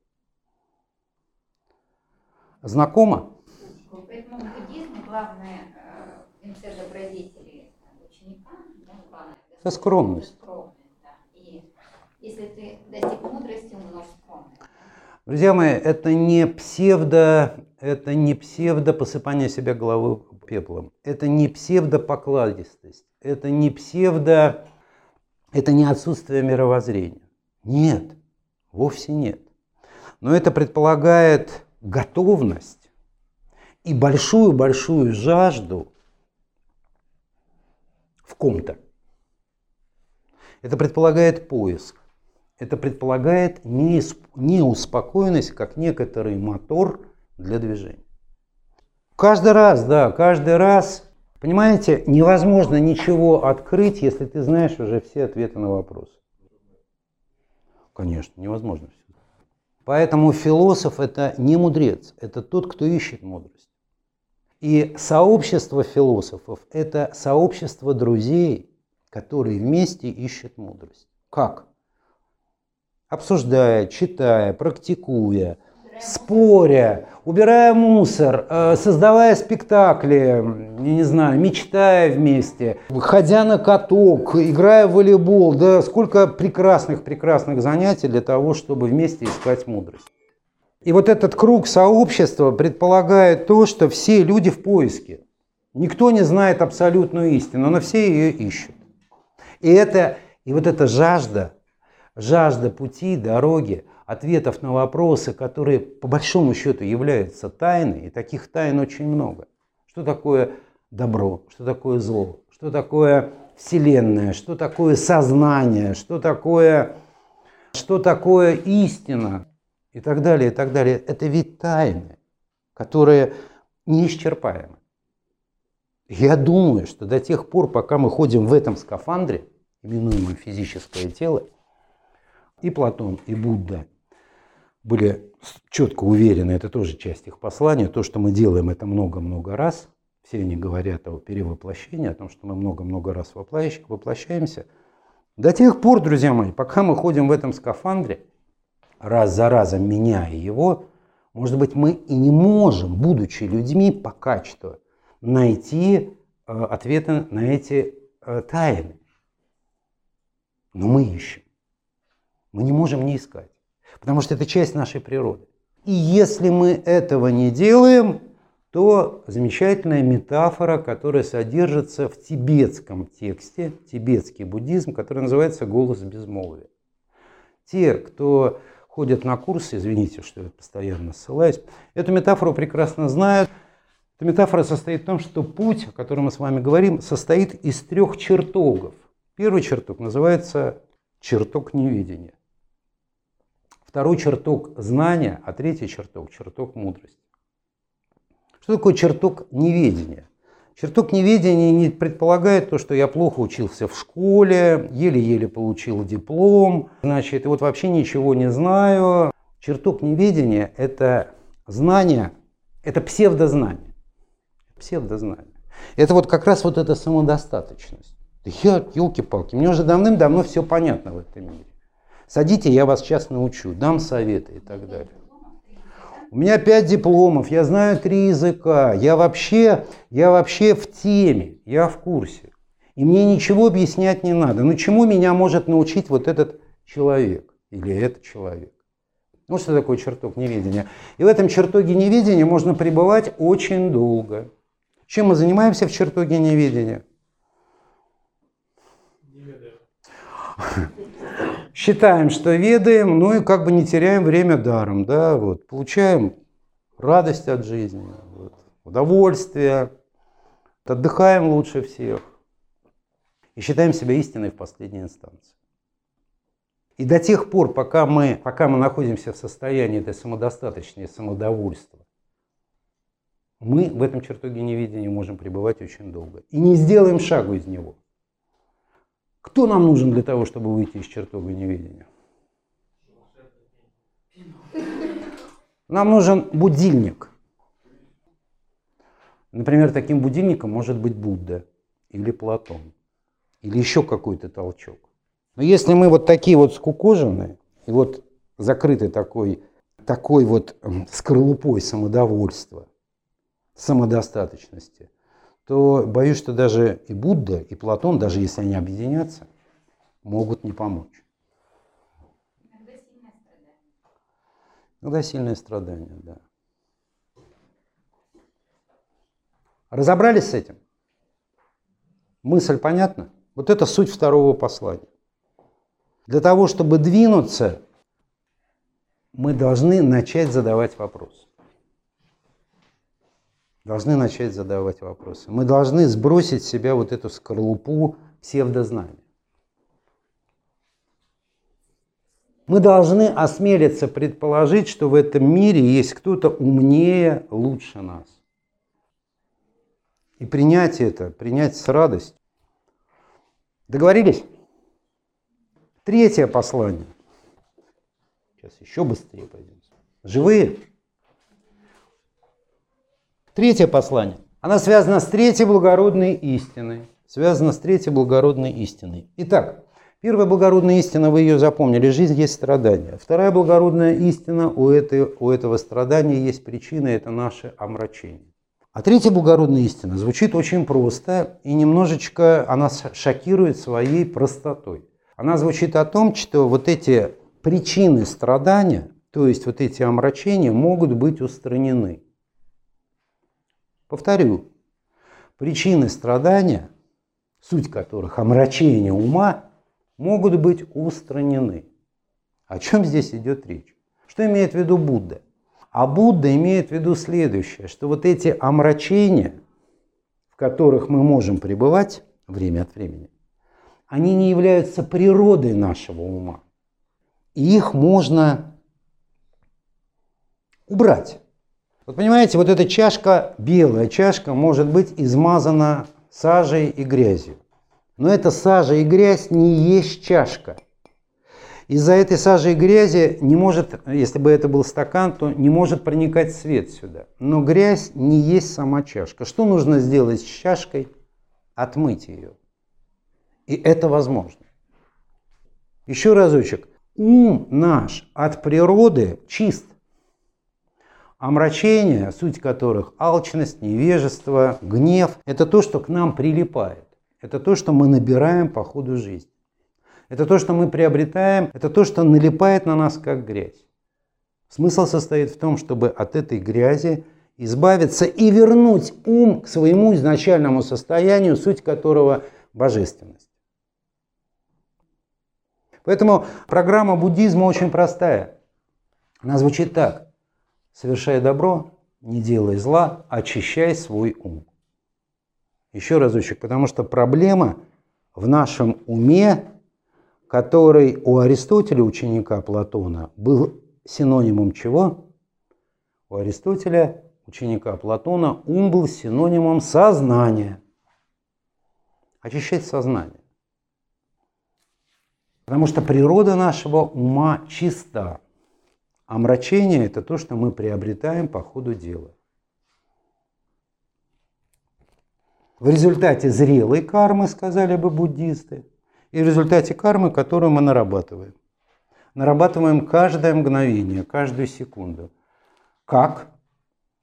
Знакомо? Поэтому в буддизме главное добродетели ученика, да, главное, это скромность. скромность, да. И если ты достиг мудрости, умножь скромность. Да? Друзья мои, это не псевдо, это не псевдо посыпание себя головы пеплом, это не псевдопокладистость, это не псевдо, это не отсутствие мировоззрения. Нет, вовсе нет. Но это предполагает готовность и большую-большую жажду в ком-то. Это предполагает поиск. Это предполагает неуспокоенность, как некоторый мотор для движения. Каждый раз, да, каждый раз, понимаете, невозможно ничего открыть, если ты знаешь уже все ответы на вопросы. Конечно, невозможно все. Поэтому философ – это не мудрец, это тот, кто ищет мудрость. И сообщество философов – это сообщество друзей, которые вместе ищут мудрость. Как? Обсуждая, читая, практикуя, споря, убирая мусор, создавая спектакли, я не знаю, мечтая вместе, ходя на каток, играя в волейбол. Да сколько прекрасных-прекрасных занятий для того, чтобы вместе искать мудрость. И вот этот круг сообщества предполагает то, что все люди в поиске. Никто не знает абсолютную истину, но все ее ищут. И, это, и вот эта жажда, жажда пути, дороги, ответов на вопросы, которые по большому счету являются тайной, и таких тайн очень много. Что такое добро, что такое зло, что такое Вселенная, что такое сознание, что такое, что такое истина. И так далее, и так далее. Это ведь тайны, которые неисчерпаемы. Я думаю, что до тех пор, пока мы ходим в этом скафандре, именуемом физическое тело, и Платон, и Будда были четко уверены, это тоже часть их послания, то, что мы делаем это много-много раз, все они говорят о перевоплощении, о том, что мы много-много раз воплощаемся. До тех пор, друзья мои, пока мы ходим в этом скафандре, раз за разом меняя его, может быть, мы и не можем, будучи людьми, пока что найти э, ответы на эти э, тайны. Но мы ищем. Мы не можем не искать, потому что это часть нашей природы. И если мы этого не делаем, то замечательная метафора, которая содержится в тибетском тексте, тибетский буддизм, который называется «Голос безмолвия». Те, кто ходят на курсы, извините, что я постоянно ссылаюсь, эту метафору прекрасно знают. Эта метафора состоит в том, что путь, о котором мы с вами говорим, состоит из трех чертогов. Первый чертог называется чертог неведения. Второй чертог знания, а третий чертог – чертог мудрости. Что такое чертог неведения? Чертог неведения не предполагает то, что я плохо учился в школе, еле-еле получил диплом, значит, и вот вообще ничего не знаю. Чертог неведения – это знание, это псевдознание. Псевдознание. Это вот как раз вот эта самодостаточность. Я, елки-палки, мне уже давным-давно все понятно в этом мире. Садите, я вас сейчас научу, дам советы и так далее. У меня пять дипломов, я знаю три языка, я вообще, я вообще в теме, я в курсе. И мне ничего объяснять не надо. Ну чему меня может научить вот этот человек или этот человек? Ну что такое чертог неведения? И в этом чертоге неведения можно пребывать очень долго. Чем мы занимаемся в чертоге неведения? Считаем, что ведаем, ну и как бы не теряем время даром, да, вот, получаем радость от жизни, вот, удовольствие, отдыхаем лучше всех и считаем себя истиной в последней инстанции. И до тех пор, пока мы, пока мы находимся в состоянии этой самодостаточности, самодовольства, мы в этом чертоге неведения можем пребывать очень долго и не сделаем шагу из него. Кто нам нужен для того, чтобы выйти из чертога неведения? Нам нужен будильник. Например, таким будильником может быть Будда или Платон, или еще какой-то толчок. Но если мы вот такие вот скукоженные, и вот закрыты такой, такой вот скорлупой самодовольства, самодостаточности, то боюсь, что даже и Будда, и Платон, даже если они объединятся, могут не помочь. Иногда сильное страдание. Иногда сильное страдание, да. Разобрались с этим? Мысль понятна? Вот это суть второго послания. Для того, чтобы двинуться, мы должны начать задавать вопросы. Должны начать задавать вопросы. Мы должны сбросить с себя вот эту скорлупу псевдознания. Мы должны осмелиться предположить, что в этом мире есть кто-то умнее, лучше нас. И принять это, принять с радостью. Договорились? Третье послание. Сейчас еще быстрее пойдем. Живые? Третье послание. Она связана с третьей благородной истиной. Связана с третьей благородной истиной. Итак, первая благородная истина, вы ее запомнили, жизнь есть страдание. Вторая благородная истина, у, этой, у этого страдания есть причина, это наше омрачение. А третья благородная истина звучит очень просто и немножечко она шокирует своей простотой. Она звучит о том, что вот эти причины страдания, то есть вот эти омрачения, могут быть устранены. Повторю, причины страдания, суть которых омрачение ума, могут быть устранены. О чем здесь идет речь? Что имеет в виду Будда? А Будда имеет в виду следующее, что вот эти омрачения, в которых мы можем пребывать время от времени, они не являются природой нашего ума. И их можно убрать. Вот понимаете, вот эта чашка, белая чашка, может быть измазана сажей и грязью. Но эта сажа и грязь не есть чашка. Из-за этой сажи и грязи не может, если бы это был стакан, то не может проникать свет сюда. Но грязь не есть сама чашка. Что нужно сделать с чашкой? Отмыть ее. И это возможно. Еще разочек. Ум наш от природы чист. Омрачения, суть которых алчность, невежество, гнев, это то, что к нам прилипает. Это то, что мы набираем по ходу жизни. Это то, что мы приобретаем, это то, что налипает на нас как грязь. Смысл состоит в том, чтобы от этой грязи избавиться и вернуть ум к своему изначальному состоянию, суть которого божественность. Поэтому программа буддизма очень простая. Она звучит так. Совершай добро, не делай зла, очищай свой ум. Еще разочек, потому что проблема в нашем уме, который у Аристотеля, ученика Платона, был синонимом чего? У Аристотеля, ученика Платона, ум был синонимом сознания. Очищать сознание. Потому что природа нашего ума чиста. Омрачение – это то, что мы приобретаем по ходу дела. В результате зрелой кармы, сказали бы буддисты, и в результате кармы, которую мы нарабатываем. Нарабатываем каждое мгновение, каждую секунду. Как?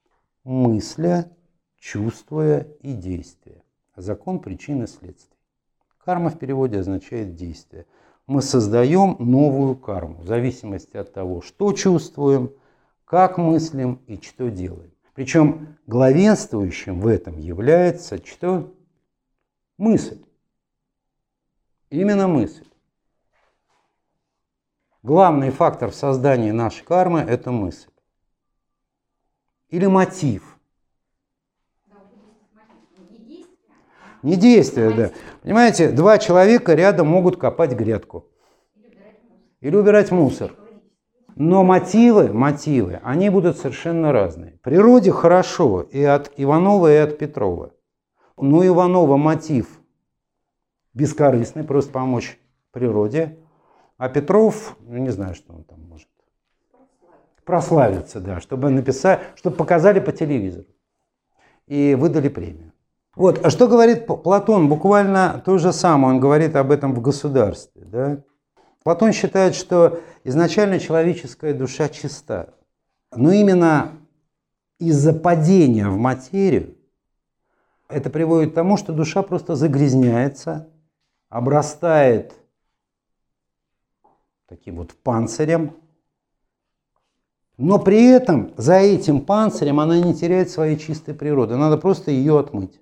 Мысля, чувствуя и действия. Закон причины следствия. Карма в переводе означает действие. Мы создаем новую карму в зависимости от того, что чувствуем, как мыслим и что делаем. Причем главенствующим в этом является что? Мысль. Именно мысль. Главный фактор в создании нашей кармы – это мысль. Или мотив. Не действие, да. Понимаете, два человека рядом могут копать грядку. Или убирать мусор. Но мотивы, мотивы, они будут совершенно разные. В природе хорошо и от Иванова, и от Петрова. Но Иванова мотив бескорыстный, просто помочь природе. А Петров, ну не знаю, что он там может. Прославиться, да, чтобы написать, чтобы показали по телевизору. И выдали премию. Вот, а что говорит Платон? Буквально то же самое, он говорит об этом в «Государстве». Да? Платон считает, что изначально человеческая душа чиста. Но именно из-за падения в материю это приводит к тому, что душа просто загрязняется, обрастает таким вот панцирем, но при этом за этим панцирем она не теряет своей чистой природы. Надо просто ее отмыть.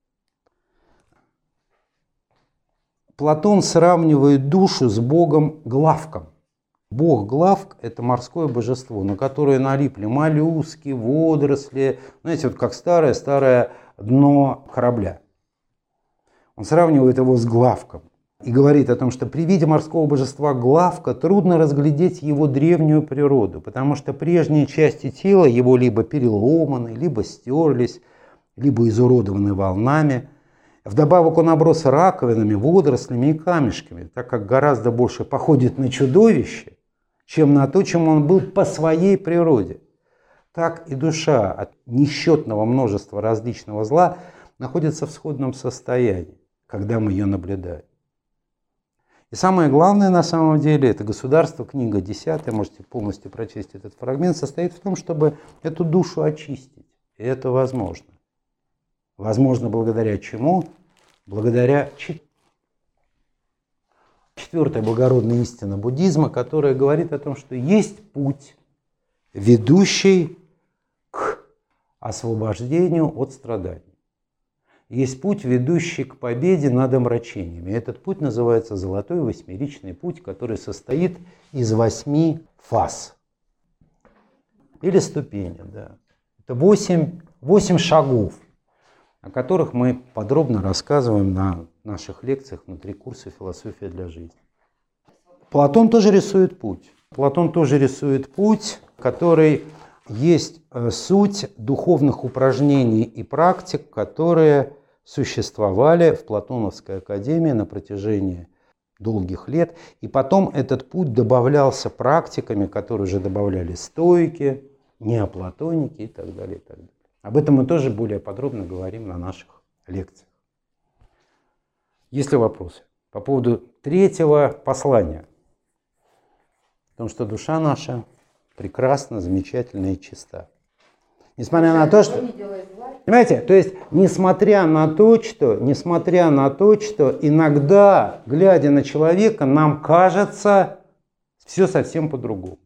Платон сравнивает душу с богом Главком. Бог Главк – это морское божество, на которое налипли моллюски, водоросли, знаете, вот как старое-старое дно корабля. Он сравнивает его с Главком и говорит о том, что при виде морского божества Главка трудно разглядеть его древнюю природу, потому что прежние части тела его либо переломаны, либо стерлись, либо изуродованы волнами. Вдобавок он оброс раковинами, водорослями и камешками, так как гораздо больше походит на чудовище, чем на то, чем он был по своей природе. Так и душа от несчетного множества различного зла находится в сходном состоянии, когда мы ее наблюдаем. И самое главное на самом деле, это «Государство», книга десятая, можете полностью прочесть этот фрагмент, состоит в том, чтобы эту душу очистить. И это возможно. Возможно, благодаря чему? Благодаря четвертой благородной истины буддизма, которая говорит о том, что есть путь, ведущий к освобождению от страданий. Есть путь, ведущий к победе над омрачениями. Этот путь называется Золотой Восьмеричный путь, который состоит из восьми фаз. Или ступени, да. Это восемь, восемь шагов, о которых мы подробно рассказываем на наших лекциях внутри курса «Философия для жизни». Платон тоже рисует путь. Платон тоже рисует путь, который есть суть духовных упражнений и практик, которые существовали в Платоновской академии на протяжении долгих лет. И потом этот путь добавлялся практиками, которые уже добавляли стоики, неоплатоники и так далее, и так далее. Об этом мы тоже более подробно говорим на наших лекциях. Есть ли вопросы по поводу третьего послания? О том, что душа наша прекрасна, замечательна и чиста. Несмотря на то, что... Понимаете, то есть, несмотря на то, что, несмотря на то, что иногда, глядя на человека, нам кажется все совсем по-другому.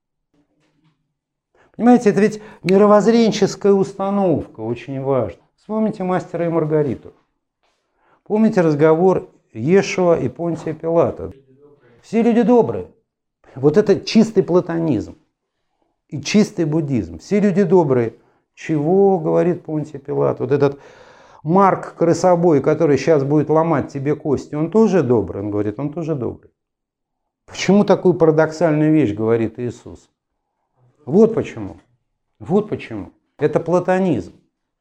Понимаете, это ведь мировоззренческая установка, очень важна. Вспомните «Мастера и Маргариту». Помните разговор Иешуа и Понтия Пилата? Все люди добрые. Вот это чистый платонизм и чистый буддизм. Все люди добрые. Чего, говорит Понтий Пилат? Вот этот Марк Крысобой, который сейчас будет ломать тебе кости, он тоже добрый? Он говорит, он тоже добрый. Почему такую парадоксальную вещь говорит Иисус? Вот почему. Вот почему. Это платонизм.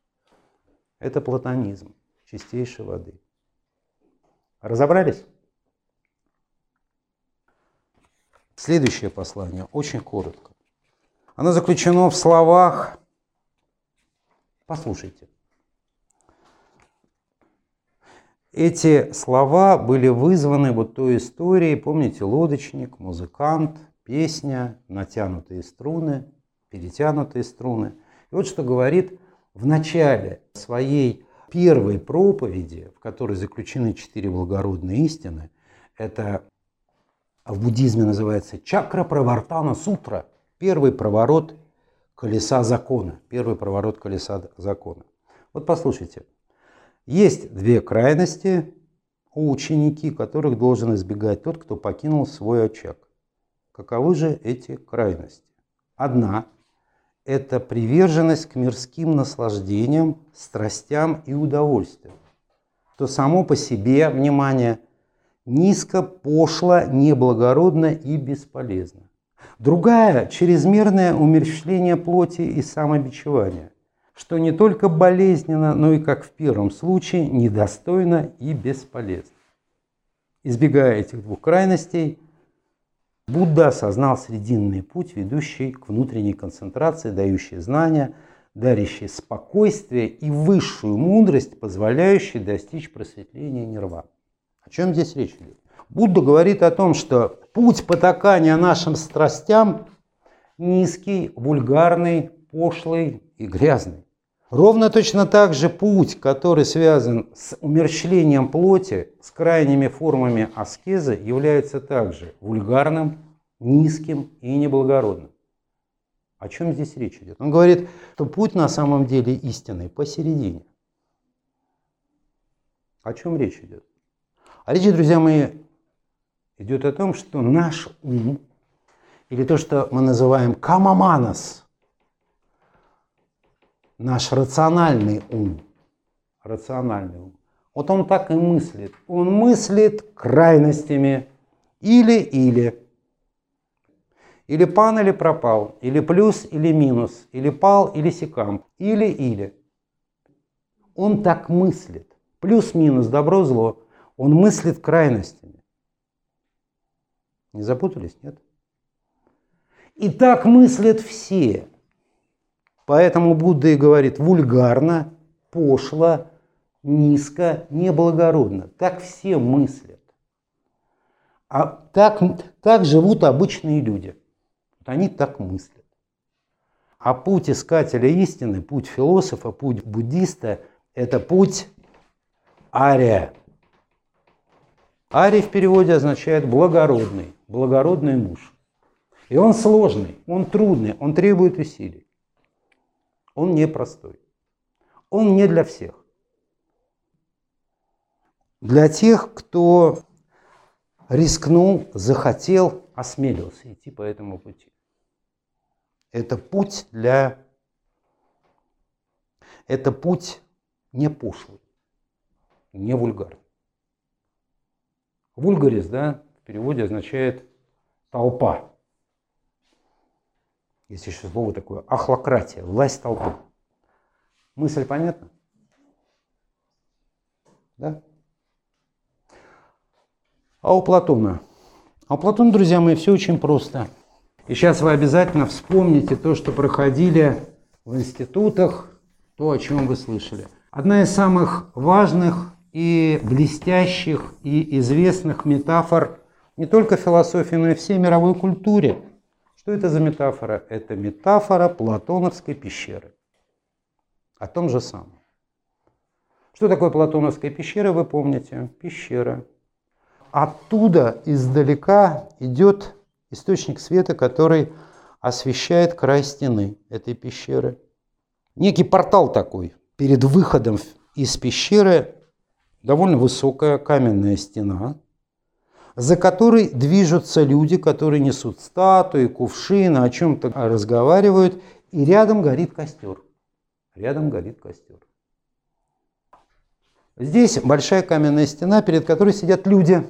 Это платонизм чистейшей воды. Разобрались? Следующее послание, очень коротко. Оно заключено в словах. Послушайте. Эти слова были вызваны вот той историей, помните, лодочник, музыкант, песня, натянутые струны, перетянутые струны. И вот что говорит в начале своей первой проповеди, в которой заключены четыре благородные истины, это в буддизме называется чакра правартана сутра, первый проворот колеса закона, первый проворот колеса закона. Вот послушайте, есть две крайности у ученики, которых должен избегать тот, кто покинул свой очаг. Каковы же эти крайности? Одна – это приверженность к мирским наслаждениям, страстям и удовольствиям, что само по себе, внимание, низко, пошло, неблагородно и бесполезно. Другая – чрезмерное умерщвление плоти и самобичевание, что не только болезненно, но и, как в первом случае, недостойно и бесполезно. Избегая этих двух крайностей, Будда осознал срединный путь, ведущий к внутренней концентрации, дающий знания, дарящий спокойствие и высшую мудрость, позволяющий достичь просветления нирваны. О чем здесь речь идет? Будда говорит о том, что путь потакания нашим страстям низкий, вульгарный, пошлый и грязный. Ровно точно так же путь, который связан с умерщвлением плоти, с крайними формами аскезы, является также вульгарным, низким и неблагородным. О чем здесь речь идет? Он говорит, что путь на самом деле истинный посередине. О чем речь идет? А речь, друзья мои, идет о том, что наш ум, или то, что мы называем камаманас, наш рациональный ум, рациональный ум, вот он так и мыслит. Он мыслит крайностями или-или. Или пан, или пропал, или плюс, или минус, или пал, или секам, или-или. Он так мыслит. Плюс-минус, добро-зло. Он мыслит крайностями. Не запутались, нет? И так мыслят все. Поэтому Будда и говорит вульгарно, пошло, низко, неблагородно. Так все мыслят. А так, так живут обычные люди. Вот они так мыслят. А путь искателя истины, путь философа, путь буддиста – это путь ария. Арий в переводе означает благородный, благородный муж. И он сложный, он трудный, он требует усилий. Он непростой. Он не для всех. Для тех, кто рискнул, захотел, осмелился идти по этому пути. Это путь для... Это путь не пошлый, не вульгарный. Вульгарис, да, в переводе означает толпа. Есть еще слово такое ахлократия, власть толпы. Мысль понятна? Да? А у Платона? А у Платона, друзья мои, все очень просто. И сейчас вы обязательно вспомните то, что проходили в институтах, то, о чем вы слышали. Одна из самых важных и блестящих и известных метафор не только в философии, но и всей мировой культуре. Что это за метафора? Это метафора платоновской пещеры. О том же самом. Что такое платоновская пещера, вы помните? Пещера. Оттуда издалека идет источник света, который освещает край стены этой пещеры. Некий портал такой. Перед выходом из пещеры довольно высокая каменная стена, за которой движутся люди, которые несут статуи, кувшины, о чем-то разговаривают, и рядом горит костер. Рядом горит костер. Здесь большая каменная стена, перед которой сидят люди.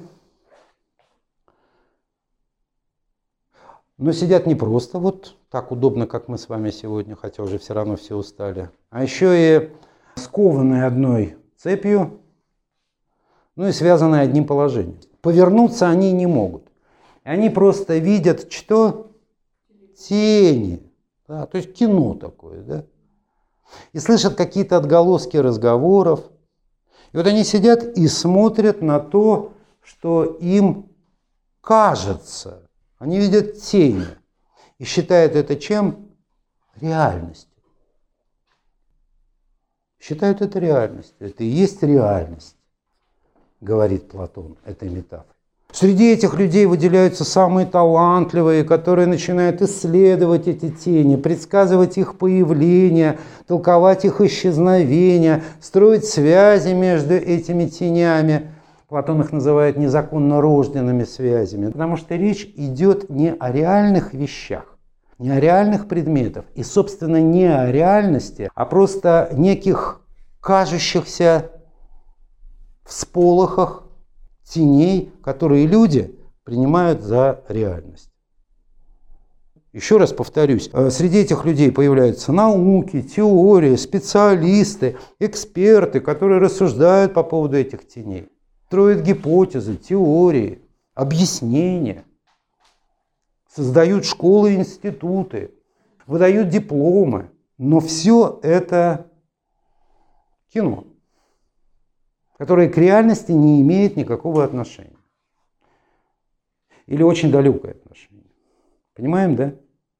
Но сидят не просто вот так удобно, как мы с вами сегодня, хотя уже все равно все устали, а еще и скованные одной цепью, ну и связанные одним положением. Повернуться они не могут. Они просто видят что? Тени. Да, то есть кино такое. Да? И слышат какие-то отголоски разговоров. И вот они сидят и смотрят на то, что им кажется. Они видят тени. И считают это чем? Реальностью. считают это реальностью. Это и есть реальность, говорит Платон, этой метафорой. Среди этих людей выделяются самые талантливые, которые начинают исследовать эти тени, предсказывать их появление, толковать их исчезновение, строить связи между этими тенями. Платон их называет незаконно рожденными связями, потому что речь идет не о реальных вещах, не о реальных предметах и, собственно, не о реальности, а просто неких кажущихся всполохах теней, которые люди принимают за реальность. Еще раз повторюсь, среди этих людей появляются науки, теории, специалисты, эксперты, которые рассуждают по поводу этих теней, строят гипотезы, теории, объяснения, создают школы и институты, выдают дипломы. Но все это кино, которое к реальности не имеет никакого отношения. Или очень далекое отношение. Понимаем, да?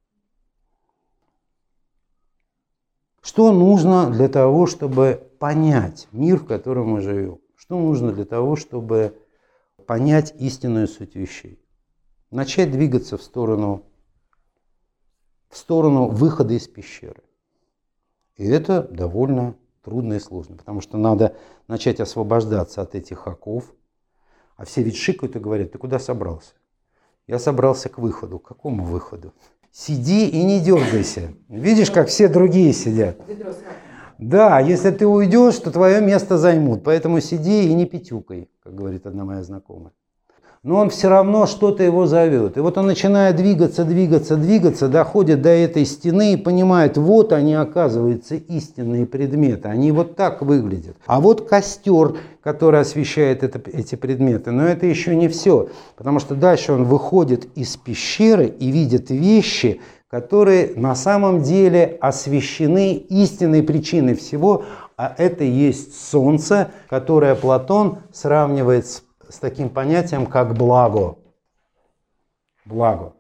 Что нужно для того, чтобы понять мир, в котором мы живем? Что нужно для того, чтобы понять истинную суть вещей? Начать двигаться в сторону, в сторону выхода из пещеры. И это довольно трудно и сложно, потому что надо начать освобождаться от этих оков. А все ведь шикают и говорят: ты куда собрался? Я собрался к выходу. К какому выходу? Сиди и не дергайся. Видишь, как все другие сидят? Да, если ты уйдешь, то твое место займут. Поэтому сиди и не пятюкай, как говорит одна моя знакомая. Но он все равно что-то его зовет. И вот он начинает двигаться, двигаться, двигаться, доходит до этой стены и понимает: вот они, оказывается, истинные предметы. Они вот так выглядят. А вот костер, который освещает это, эти предметы. Но это еще не все. Потому что дальше он выходит из пещеры и видит вещи, которые на самом деле освещены истинной причиной всего. А это и есть солнце, которое Платон сравнивает с с таким понятием, как благо. Благо.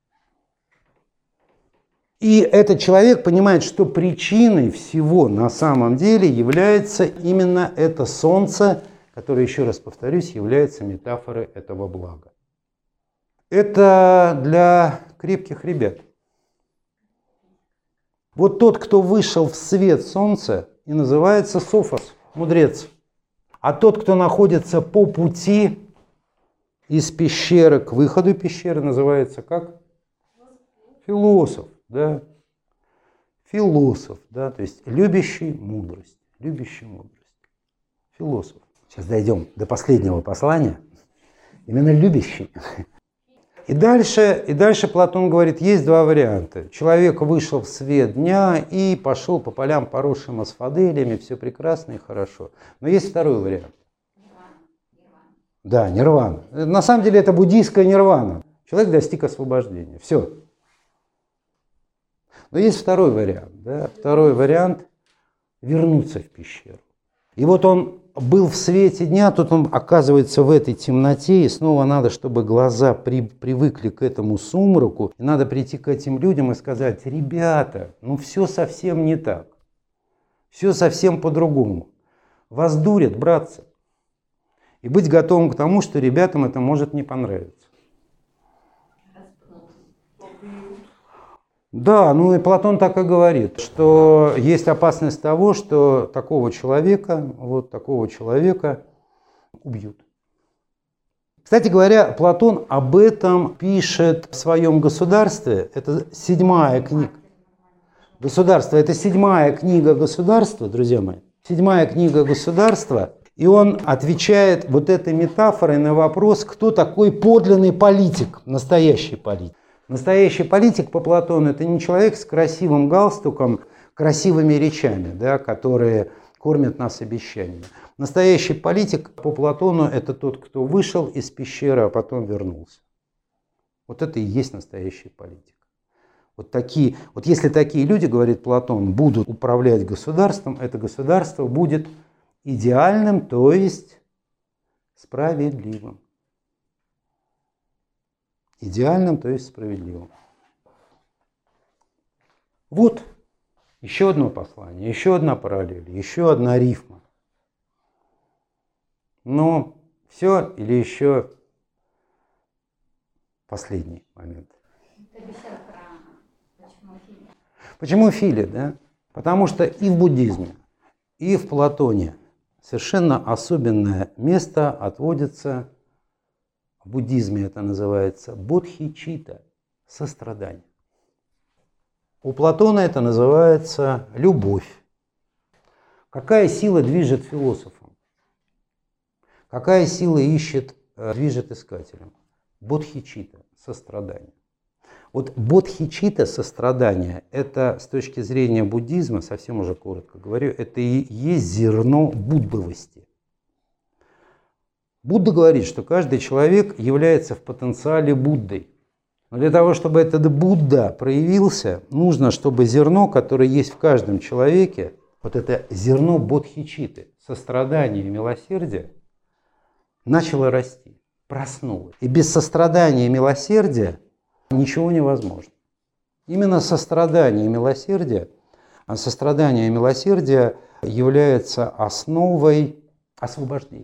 И этот человек понимает, что причиной всего на самом деле является именно это солнце, которое, еще раз повторюсь, является метафорой этого блага. Это для крепких ребят. Вот тот, кто вышел в свет солнца, и называется Софос, мудрец. А тот, кто находится по пути из пещеры к выходу пещеры, называется как? Философ, да. Философ, да, то есть любящий мудрость, любящий мудрость. Философ. Сейчас дойдем до последнего послания. Именно любящий. И дальше, и дальше Платон говорит, есть два варианта. Человек вышел в свет дня и пошел по полям, поросшим асфаделями, все прекрасно и хорошо. Но есть второй вариант. Да, нирвана. На самом деле это буддийская нирвана. Человек достиг освобождения. Все. Но есть второй вариант. Да? Второй вариант – вернуться в пещеру. И вот он был в свете дня, тут он оказывается в этой темноте, и снова надо, чтобы глаза при, привыкли к этому сумраку, и надо прийти к этим людям и сказать: ребята, ну все совсем не так, все совсем по-другому, вас дурят, братцы, и быть готовым к тому, что ребятам это может не понравиться. Да, ну и Платон так и говорит, что есть опасность того, что такого человека, вот такого человека убьют. Кстати говоря, Платон об этом пишет в своем «Государстве». Это седьмая книга. «Государство» — это седьмая книга «Государства», друзья мои. Седьмая книга «Государства». И он отвечает вот этой метафорой на вопрос, кто такой подлинный политик, настоящий политик. Настоящий политик по Платону – это не человек с красивым галстуком, красивыми речами, да, которые кормят нас обещаниями. Настоящий политик по Платону – это тот, кто вышел из пещеры, а потом вернулся. Вот это и есть настоящий политик. Вот, такие, вот если такие люди, говорит Платон, будут управлять государством, это государство будет идеальным, то есть справедливым. Идеальным, то есть справедливым. Вот Еще одно послание, еще одна параллель, еще одна рифма. Но все или еще последний момент. Ты обещал про почему филия. Почему филия, да? Потому что и в буддизме, и в Платоне совершенно особенное место отводится, в буддизме это называется бодхичитта, сострадание. У Платона это называется любовь. Какая сила движет философом? Какая сила ищет, движет искателем? Бодхичитта, сострадание. Вот бодхичитта, сострадание, это с точки зрения буддизма, совсем уже коротко говорю, это и есть зерно буддовости. Будда говорит, что каждый человек является в потенциале Буддой. Но для того, чтобы этот Будда проявился, нужно, чтобы зерно, которое есть в каждом человеке, вот это зерно бодхичитты, сострадания и милосердия, начало расти, проснулось. И без сострадания и милосердия ничего невозможно. Именно сострадание и милосердие, а сострадание и милосердие является основой освобождения.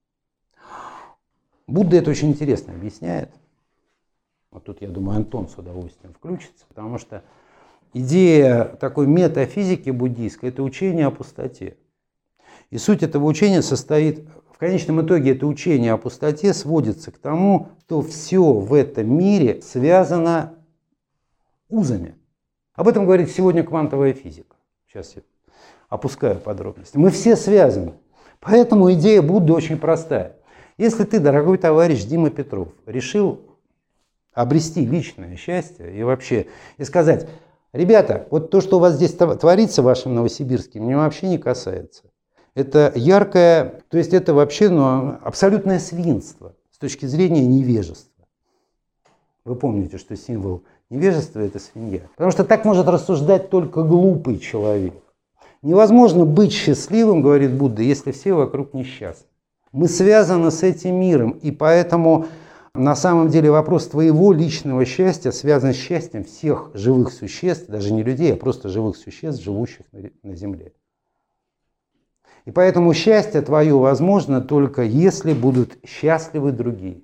Будда это очень интересно объясняет. Вот тут, я думаю, Антон с удовольствием включится, потому что идея такой метафизики буддийской – это учение о пустоте. И суть этого учения состоит, в конечном итоге это учение о пустоте сводится к тому, что все в этом мире связано узами. Об этом говорит сегодня квантовая физика. Сейчас я опускаю подробности. Мы все связаны. Поэтому идея Будды очень простая. Если ты, дорогой товарищ Дима Петров, решил обрести личное счастье и вообще, и сказать, ребята, вот то, что у вас здесь творится в вашем Новосибирске, меня вообще не касается. Это яркое, то есть это вообще ну, абсолютное свинство с точки зрения невежества. Вы помните, что символ невежества – это свинья. Потому что так может рассуждать только глупый человек. Невозможно быть счастливым, говорит Будда, если все вокруг несчастны. Мы связаны с этим миром, и поэтому на самом деле вопрос твоего личного счастья связан с счастьем всех живых существ, даже не людей, а просто живых существ, живущих на Земле. И поэтому счастье твое возможно только если будут счастливы другие.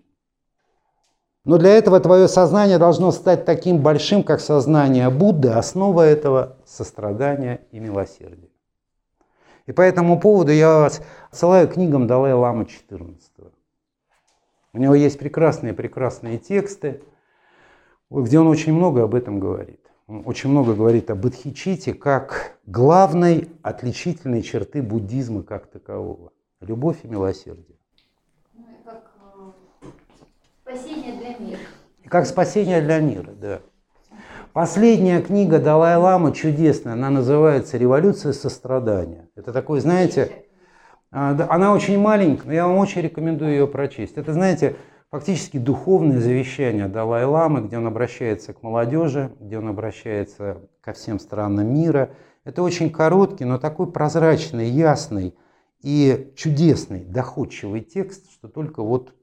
Но для этого твое сознание должно стать таким большим, как сознание Будды, основа этого сострадания и милосердия. И по этому поводу я вас отсылаю к книгам Далай-ламы четырнадцатого. У него есть прекрасные-прекрасные тексты, где он очень много об этом говорит. Он очень много говорит о бодхичитте как главной отличительной черты буддизма как такового. Любовь и милосердие. Ну, и как э, спасение для мира. Как спасение для мира, да. Последняя книга Далай-ламы чудесная, она называется «Революция сострадания». Это такой, знаете, она очень маленькая, но я вам очень рекомендую ее прочесть. Это, знаете, фактически духовное завещание Далай-ламы, где он обращается к молодежи, где он обращается ко всем странам мира. Это очень короткий, но такой прозрачный, ясный и чудесный, доходчивый текст, что только вот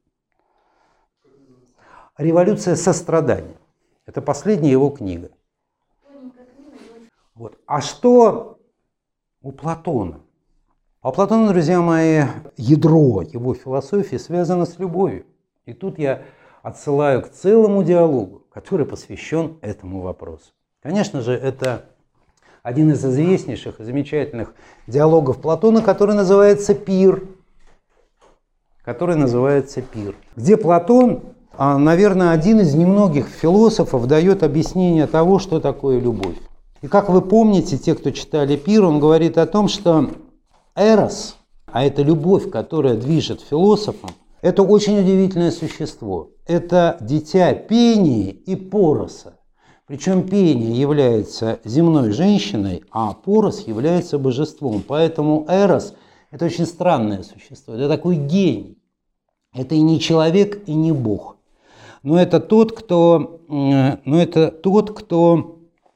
«Революция сострадания». Это последняя его книга. Вот. А что у Платона? А у Платона, друзья мои, ядро его философии связано с любовью. И тут я отсылаю к целому диалогу, который посвящен этому вопросу. Конечно же, это один из известнейших и замечательных диалогов Платона, который называется «Пир». Который называется «Пир». Где Платон, наверное, один из немногих философов дает объяснение того, что такое любовь. И как вы помните, те, кто читали «Пир», он говорит о том, что эрос, а это любовь, которая движет философом, это очень удивительное существо. Это дитя Пении и Пороса. Причем Пения является земной женщиной, а Порос является божеством. Поэтому эрос – это очень странное существо. Это такой гений. Это и не человек, и не бог. Но это тот, кто, но это тот, кто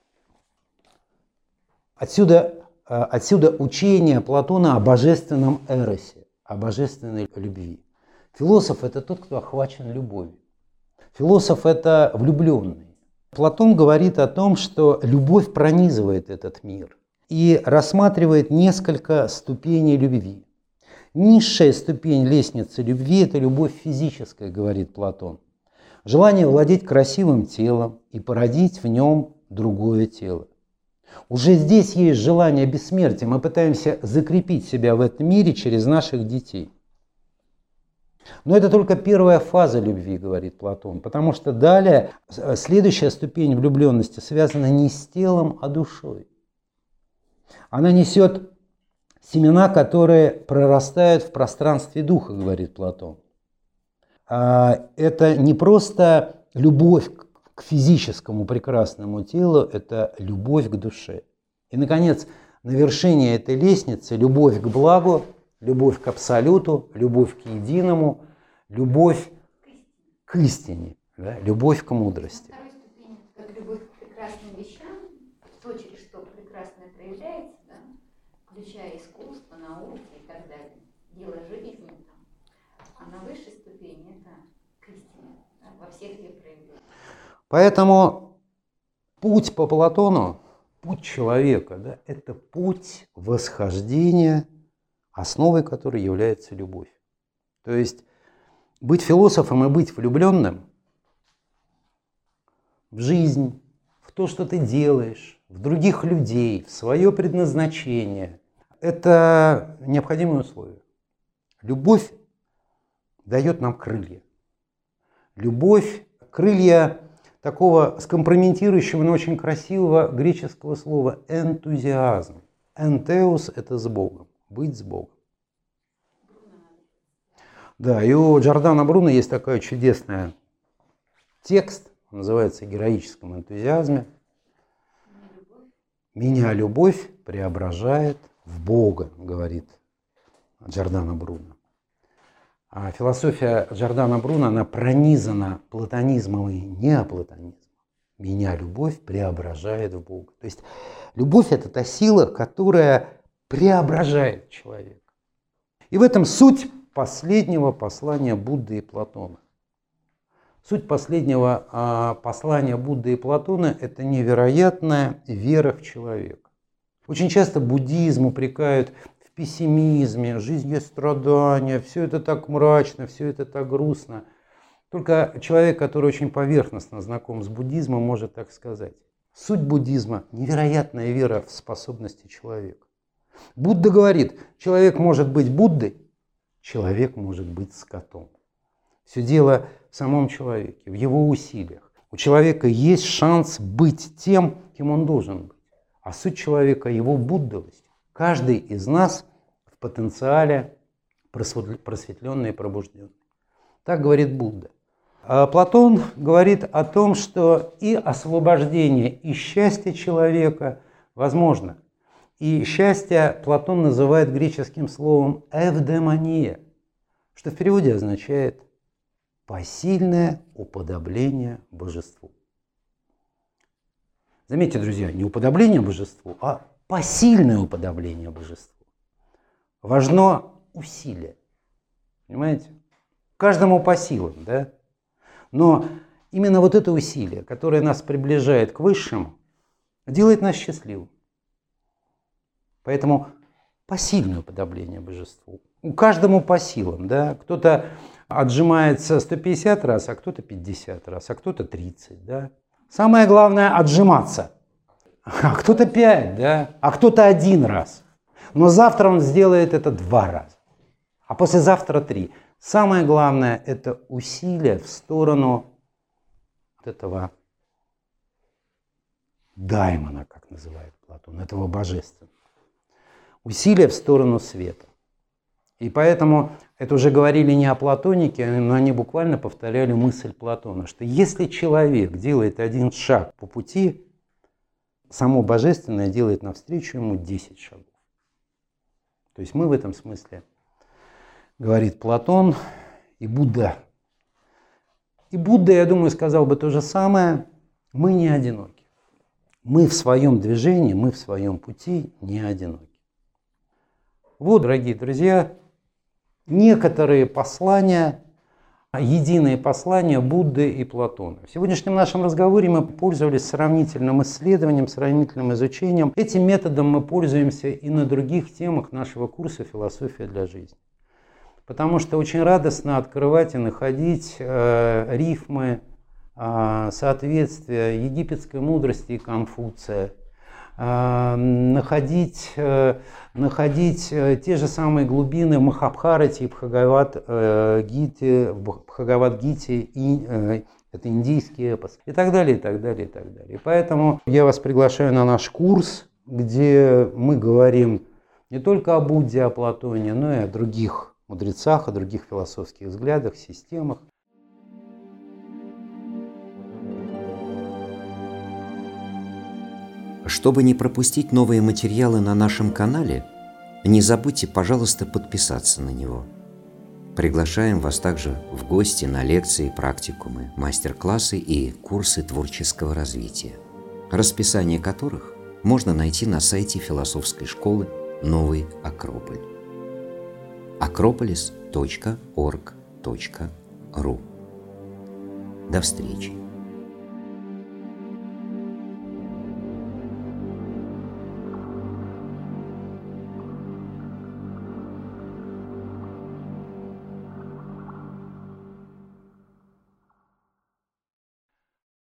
отсюда, отсюда учение Платона о божественном эросе, о божественной любви. Философ – это тот, кто охвачен любовью. Философ – это влюбленный. Платон говорит о том, что любовь пронизывает этот мир. и рассматривает несколько ступеней любви. Низшая ступень лестницы любви – это любовь физическая, говорит Платон. Желание владеть красивым телом и породить в нем другое тело. Уже здесь есть желание бессмертия. Мы пытаемся закрепить себя в этом мире через наших детей. Но это только первая фаза любви, говорит Платон, потому что далее следующая ступень влюбленности связана не с телом, а душой. Она несет семена, которые прорастают в пространстве духа, говорит Платон. Это не просто любовь к физическому прекрасному телу, это любовь к душе. И, наконец, на вершине этой лестницы любовь к благу, любовь к абсолюту, любовь к единому, любовь к истине, да, любовь к мудрости. Второй ступень – как любовь к прекрасным вещам, то, через что прекрасное проявляется, да, включая искусство, науку и так далее, дело жизни. А на высшей ступени это к истине, да, во всех ее проявлениях. Поэтому путь по Платону, путь человека, да, это путь восхождения, основой которой является любовь. То есть быть философом и быть влюбленным в жизнь, в то, что ты делаешь, в других людей, в свое предназначение – это необходимые условия. Любовь дает нам крылья. Любовь – крылья такого скомпрометирующего, но очень красивого греческого слова энтузиазм. Энтеус – это с Богом, быть с Богом. Да, и у Джордано Бруно есть такой чудесный текст, называется «О героическом энтузиазме». «Меня любовь преображает в Бога», говорит Джордано Бруно. А философия Джордано Бруно, она пронизана платонизмом и неоплатонизмом. Меня любовь преображает в Бога. То есть любовь – это та сила, которая преображает человека. И в этом суть последнего послания Будды и Платона. Суть последнего а, послания Будды и Платона – это невероятная вера в человека. Очень часто буддизм упрекают в пессимизме, жизнь есть страдания, все это так мрачно, все это так грустно. Только человек, который очень поверхностно знаком с буддизмом, может так сказать. Суть буддизма – невероятная вера в способности человека. Будда говорит, человек может быть Буддой, человек может быть скотом. Все дело в самом человеке, в его усилиях. У человека есть шанс быть тем, кем он должен быть. А суть человека – его буддовость. Каждый из нас в потенциале просветленный и пробужденный. Так говорит Будда. А Платон говорит о том, что и освобождение, и счастье человека возможно. И счастье Платон называет греческим словом «эвдемония», что в переводе означает «посильное уподобление божеству». Заметьте, друзья, не уподобление божеству, а посильное уподобление божеству. Важно усилие. Понимаете? Каждому по силам, да? Но именно вот это усилие, которое нас приближает к высшему, делает нас счастливым. Поэтому посильное уподобление божеству. У каждому по силам, да? Кто-то отжимается сто пятьдесят раз, а кто-то пятьдесят раз, а кто-то тридцать, да? Самое главное отжиматься. А кто-то пять, да? А кто-то один раз. Но завтра он сделает это два раза. А послезавтра три. Самое главное – это усилие в сторону вот этого даймона, как называет Платон, этого божественного. Усилие в сторону света. И поэтому это уже говорили не о платонике, но они буквально повторяли мысль Платона, что если человек делает один шаг по пути, само божественное делает навстречу ему десять шагов. То есть мы в этом смысле, говорит Платон, и Будда. И Будда, я думаю, сказал бы то же самое, мы не одиноки. Мы в своем движении, мы в своем пути не одиноки. Вот, дорогие друзья, некоторые послания единые послания Будды и Платона. В сегодняшнем нашем разговоре мы пользовались сравнительным исследованием, сравнительным изучением. Этим методом мы пользуемся и на других темах нашего курса «Философия для жизни». Потому что очень радостно открывать и находить э, рифмы, э, соответствия египетской мудрости и Конфуция, э, находить, э, находить э, те же самые глубины в Махабхарате и Бхагавад-гите, в Бхагавад-гите, и, э, это индийский эпос, и так далее, и так далее, и так далее. И поэтому я вас приглашаю на наш курс, где мы говорим не только о Будде, о Платоне, но и о других мудрецах, о других философских взглядах, системах. Чтобы не пропустить новые материалы на нашем канале, не забудьте, пожалуйста, подписаться на него. Приглашаем вас также в гости на лекции, практикумы, мастер-классы и курсы творческого развития, расписание которых можно найти на сайте философской школы «Новый Акрополь» акрополис точка орг точка ру. До встречи!